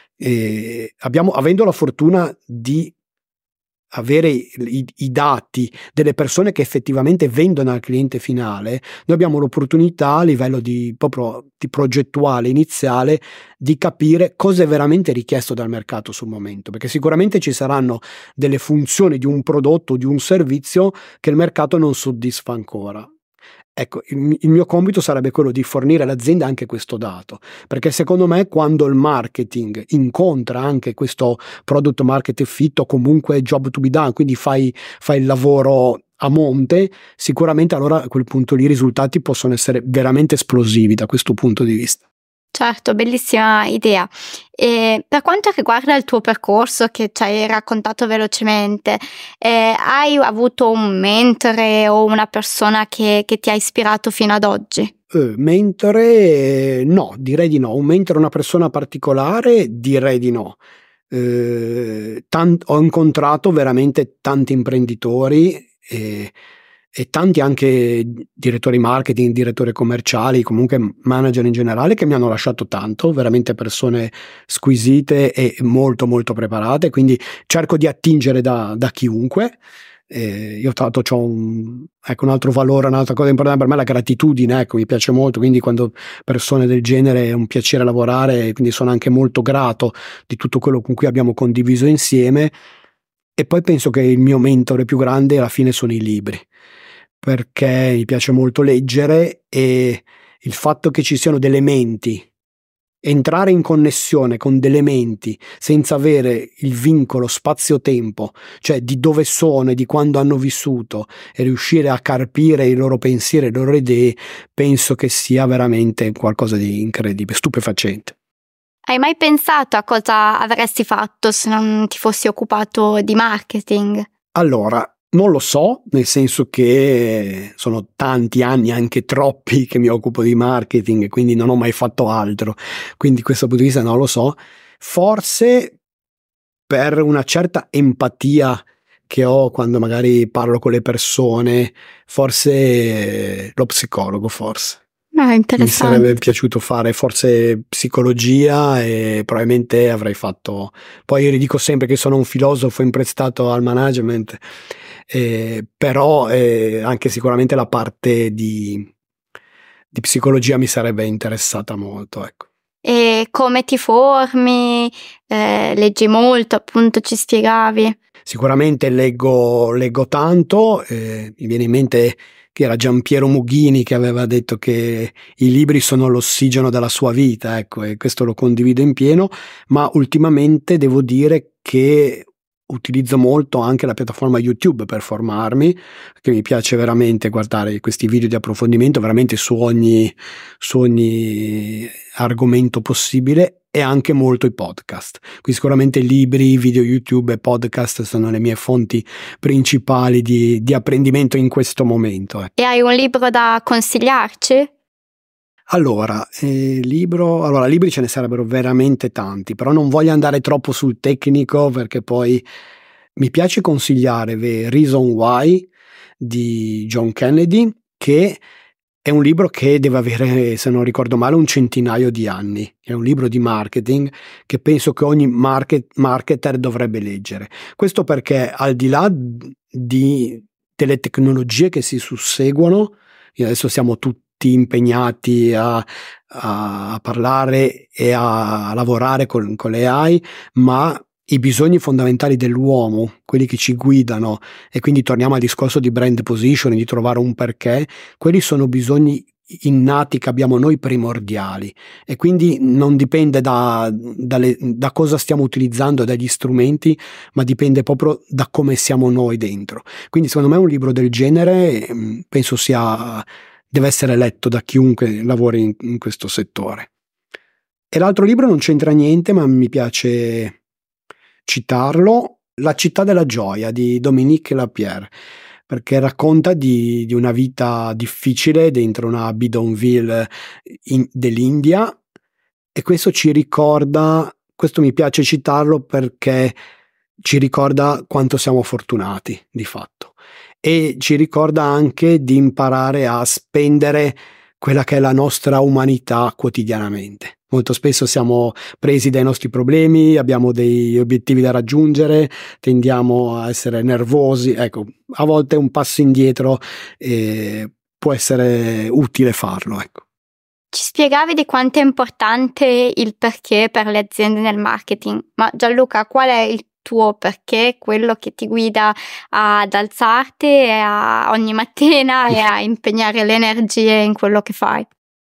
Avendo la fortuna di avere i dati delle persone che effettivamente vendono al cliente finale, noi abbiamo l'opportunità a livello proprio di progettuale iniziale di capire cosa è veramente richiesto dal mercato sul momento, perché sicuramente ci saranno delle funzioni di un prodotto o di un servizio che il mercato non soddisfa ancora. Ecco, il mio compito sarebbe quello di fornire all'azienda anche questo dato, perché secondo me quando il marketing incontra anche questo product market fit o comunque job to be done, quindi fai il lavoro a monte, sicuramente allora a quel punto lì i risultati possono essere veramente esplosivi da questo punto di vista. Certo, bellissima idea. E per quanto riguarda il tuo percorso che ci hai raccontato velocemente, hai avuto un mentore o una persona che ti ha ispirato fino ad oggi? Mentore, no, direi di no. Un mentore, una persona particolare, direi di no. Ho incontrato veramente tanti imprenditori e tanti anche direttori marketing, direttori commerciali, comunque manager in generale, che mi hanno lasciato tanto, veramente persone squisite e molto molto preparate, quindi cerco di attingere da chiunque. Io tra l'altro ho un altro valore, un'altra cosa importante per me è la gratitudine, ecco, mi piace molto, quindi quando persone del genere è un piacere lavorare, quindi sono anche molto grato di tutto quello con cui abbiamo condiviso insieme. E poi penso che il mio mentore più grande alla fine sono i libri, perché mi piace molto leggere, e il fatto che ci siano delle menti, entrare in connessione con delle menti senza avere il vincolo spazio-tempo, cioè di dove sono e di quando hanno vissuto, e riuscire a carpire i loro pensieri, le loro idee, penso che sia veramente qualcosa di incredibile, stupefacente. Hai mai pensato a cosa avresti fatto se non ti fossi occupato di marketing? Allora, non lo so, nel senso che sono tanti anni, anche troppi, che mi occupo di marketing, quindi non ho mai fatto altro. Quindi questo punto di vista non lo so. Forse per una certa empatia che ho quando magari parlo con le persone, forse lo psicologo, forse. Ah, Mi interessante. sarebbe piaciuto fare forse psicologia e probabilmente avrei fatto. Poi ridico sempre che sono un filosofo imprestato al management, però anche sicuramente la parte di psicologia mi sarebbe interessata molto, ecco. E come ti formi? Leggi molto, appunto, ci spiegavi. Sicuramente leggo tanto, mi viene in mente che era Giampiero Mughini che aveva detto che i libri sono l'ossigeno della sua vita, ecco, e questo lo condivido in pieno, ma ultimamente devo dire che utilizzo molto anche la piattaforma YouTube per formarmi, perché mi piace veramente guardare questi video di approfondimento veramente su ogni argomento possibile, e anche molto i podcast. Quindi sicuramente libri, video YouTube e podcast sono le mie fonti principali di apprendimento in questo momento. E hai un libro da consigliarci? Allora, libri ce ne sarebbero veramente tanti, però non voglio andare troppo sul tecnico perché poi mi piace consigliare The Reason Why di John Kennedy, che è un libro che deve avere, se non ricordo male, un centinaio di anni. È un libro di marketing che penso che ogni marketer dovrebbe leggere. Questo perché al di là delle tecnologie che si susseguono, adesso siamo tutti impegnati a parlare e a lavorare con le AI, ma i bisogni fondamentali dell'uomo, quelli che ci guidano, e quindi torniamo al discorso di brand positioning, di trovare un perché, quelli sono bisogni innati che abbiamo noi, primordiali, e quindi non dipende da cosa stiamo utilizzando, dagli strumenti, ma dipende proprio da come siamo noi dentro. Quindi secondo me un libro del genere penso deve essere letto da chiunque lavori in questo settore. E l'altro libro non c'entra niente, ma mi piace citarlo, La città della gioia di Dominique Lapierre, perché racconta di una vita difficile dentro una bidonville dell'India, e questo mi piace citarlo perché ci ricorda quanto siamo fortunati di fatto, e ci ricorda anche di imparare a spendere quella che è la nostra umanità quotidianamente. Molto spesso siamo presi dai nostri problemi, abbiamo degli obiettivi da raggiungere, tendiamo a essere nervosi. Ecco, a volte un passo indietro può essere utile farlo, ecco. Ci spiegavi di quanto è importante il perché per le aziende nel marketing, ma Gianluca, qual è il tuo perché, quello che ti guida ad alzarti ogni mattina e a impegnare le energie in quello che fai?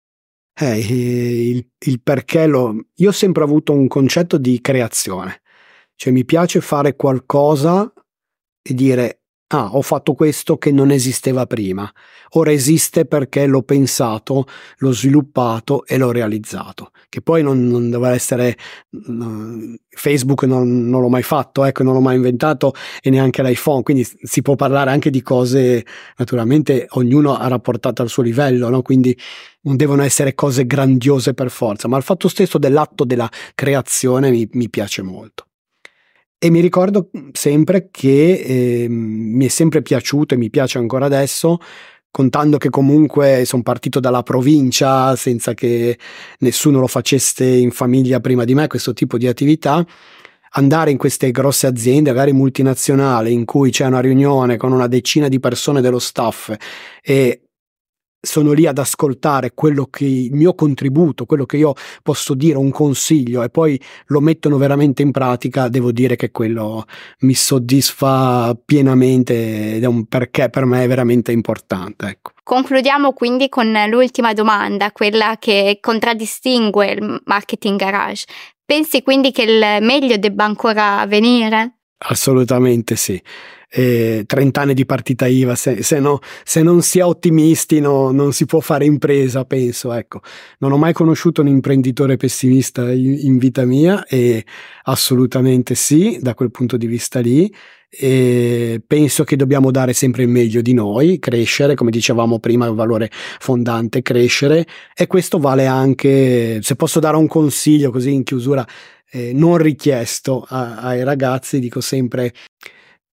Il perché io ho sempre avuto un concetto di creazione, cioè mi piace fare qualcosa e dire: ah, ho fatto questo che non esisteva prima, ora esiste perché l'ho pensato, l'ho sviluppato e l'ho realizzato. Che poi non deve essere Facebook, non l'ho mai fatto, ecco, non l'ho mai inventato, e neanche l'iPhone, quindi si può parlare anche di cose, naturalmente ognuno ha rapportato al suo livello, no? Quindi non devono essere cose grandiose per forza, ma il fatto stesso dell'atto della creazione mi piace molto. E mi ricordo sempre che mi è sempre piaciuto e mi piace ancora adesso, contando che comunque sono partito dalla provincia senza che nessuno lo facesse in famiglia prima di me, questo tipo di attività, andare in queste grosse aziende, magari multinazionali, in cui c'è una riunione con una decina di persone dello staff e sono lì ad ascoltare il mio contributo, quello che io posso dire, un consiglio, e poi lo mettono veramente in pratica. Devo dire che quello mi soddisfa pienamente ed è un perché per me è veramente importante, ecco. Concludiamo quindi con l'ultima domanda, quella che contraddistingue il marketing garage. Pensi quindi che il meglio debba ancora venire? Assolutamente sì. 30 anni di partita IVA, se non si è ottimisti non si può fare impresa, penso, ecco. Non ho mai conosciuto un imprenditore pessimista in vita mia, e assolutamente sì, da quel punto di vista lì. E penso che dobbiamo dare sempre il meglio di noi, crescere, come dicevamo prima, è un valore fondante, crescere, e questo vale anche, se posso dare un consiglio così in chiusura, non richiesto ai ragazzi, dico sempre: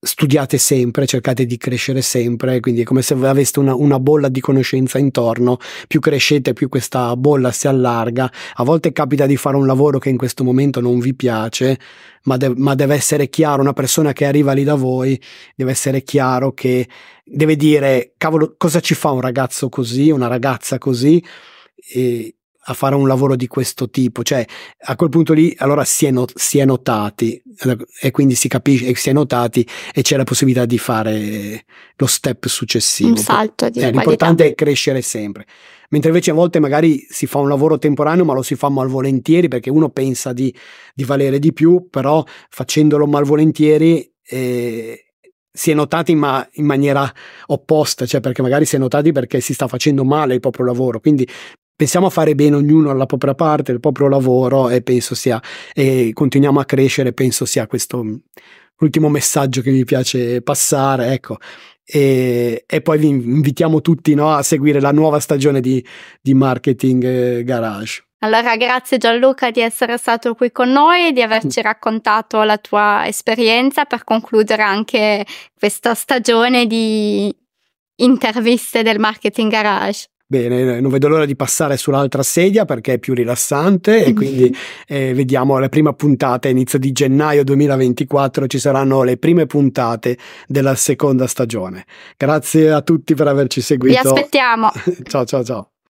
studiate sempre, cercate di crescere sempre, quindi è come se voi aveste una bolla di conoscenza intorno, più crescete più questa bolla si allarga. A volte capita di fare un lavoro che in questo momento non vi piace, ma deve essere chiaro, una persona che arriva lì da voi deve essere chiaro che deve dire: cavolo, cosa ci fa un ragazzo così, una ragazza così a fare un lavoro di questo tipo? Cioè, a quel punto lì allora si è notati, e quindi si capisce, e si è notati, e c'è la possibilità di fare lo step successivo, un salto di qualità. L'importante è crescere sempre, mentre invece a volte magari si fa un lavoro temporaneo ma lo si fa malvolentieri perché uno pensa di valere di più, però facendolo malvolentieri si è notati ma in maniera opposta, cioè perché magari si è notati perché si sta facendo male il proprio lavoro. Quindi pensiamo a fare bene ognuno alla propria parte, il proprio lavoro, e penso sia, e continuiamo a crescere, penso sia questo l'ultimo messaggio che mi piace passare, ecco. E poi vi invitiamo tutti, no, a seguire la nuova stagione di Marketing Garage. Allora, grazie Gianluca di essere stato qui con noi e di averci raccontato la tua esperienza per concludere anche questa stagione di interviste del Marketing Garage. Bene, non vedo l'ora di passare sull'altra sedia perché è più rilassante, e quindi vediamo le prime puntate. Inizio di gennaio 2024 ci saranno le prime puntate della seconda stagione. Grazie a tutti per averci seguito. Vi aspettiamo. Ciao ciao ciao.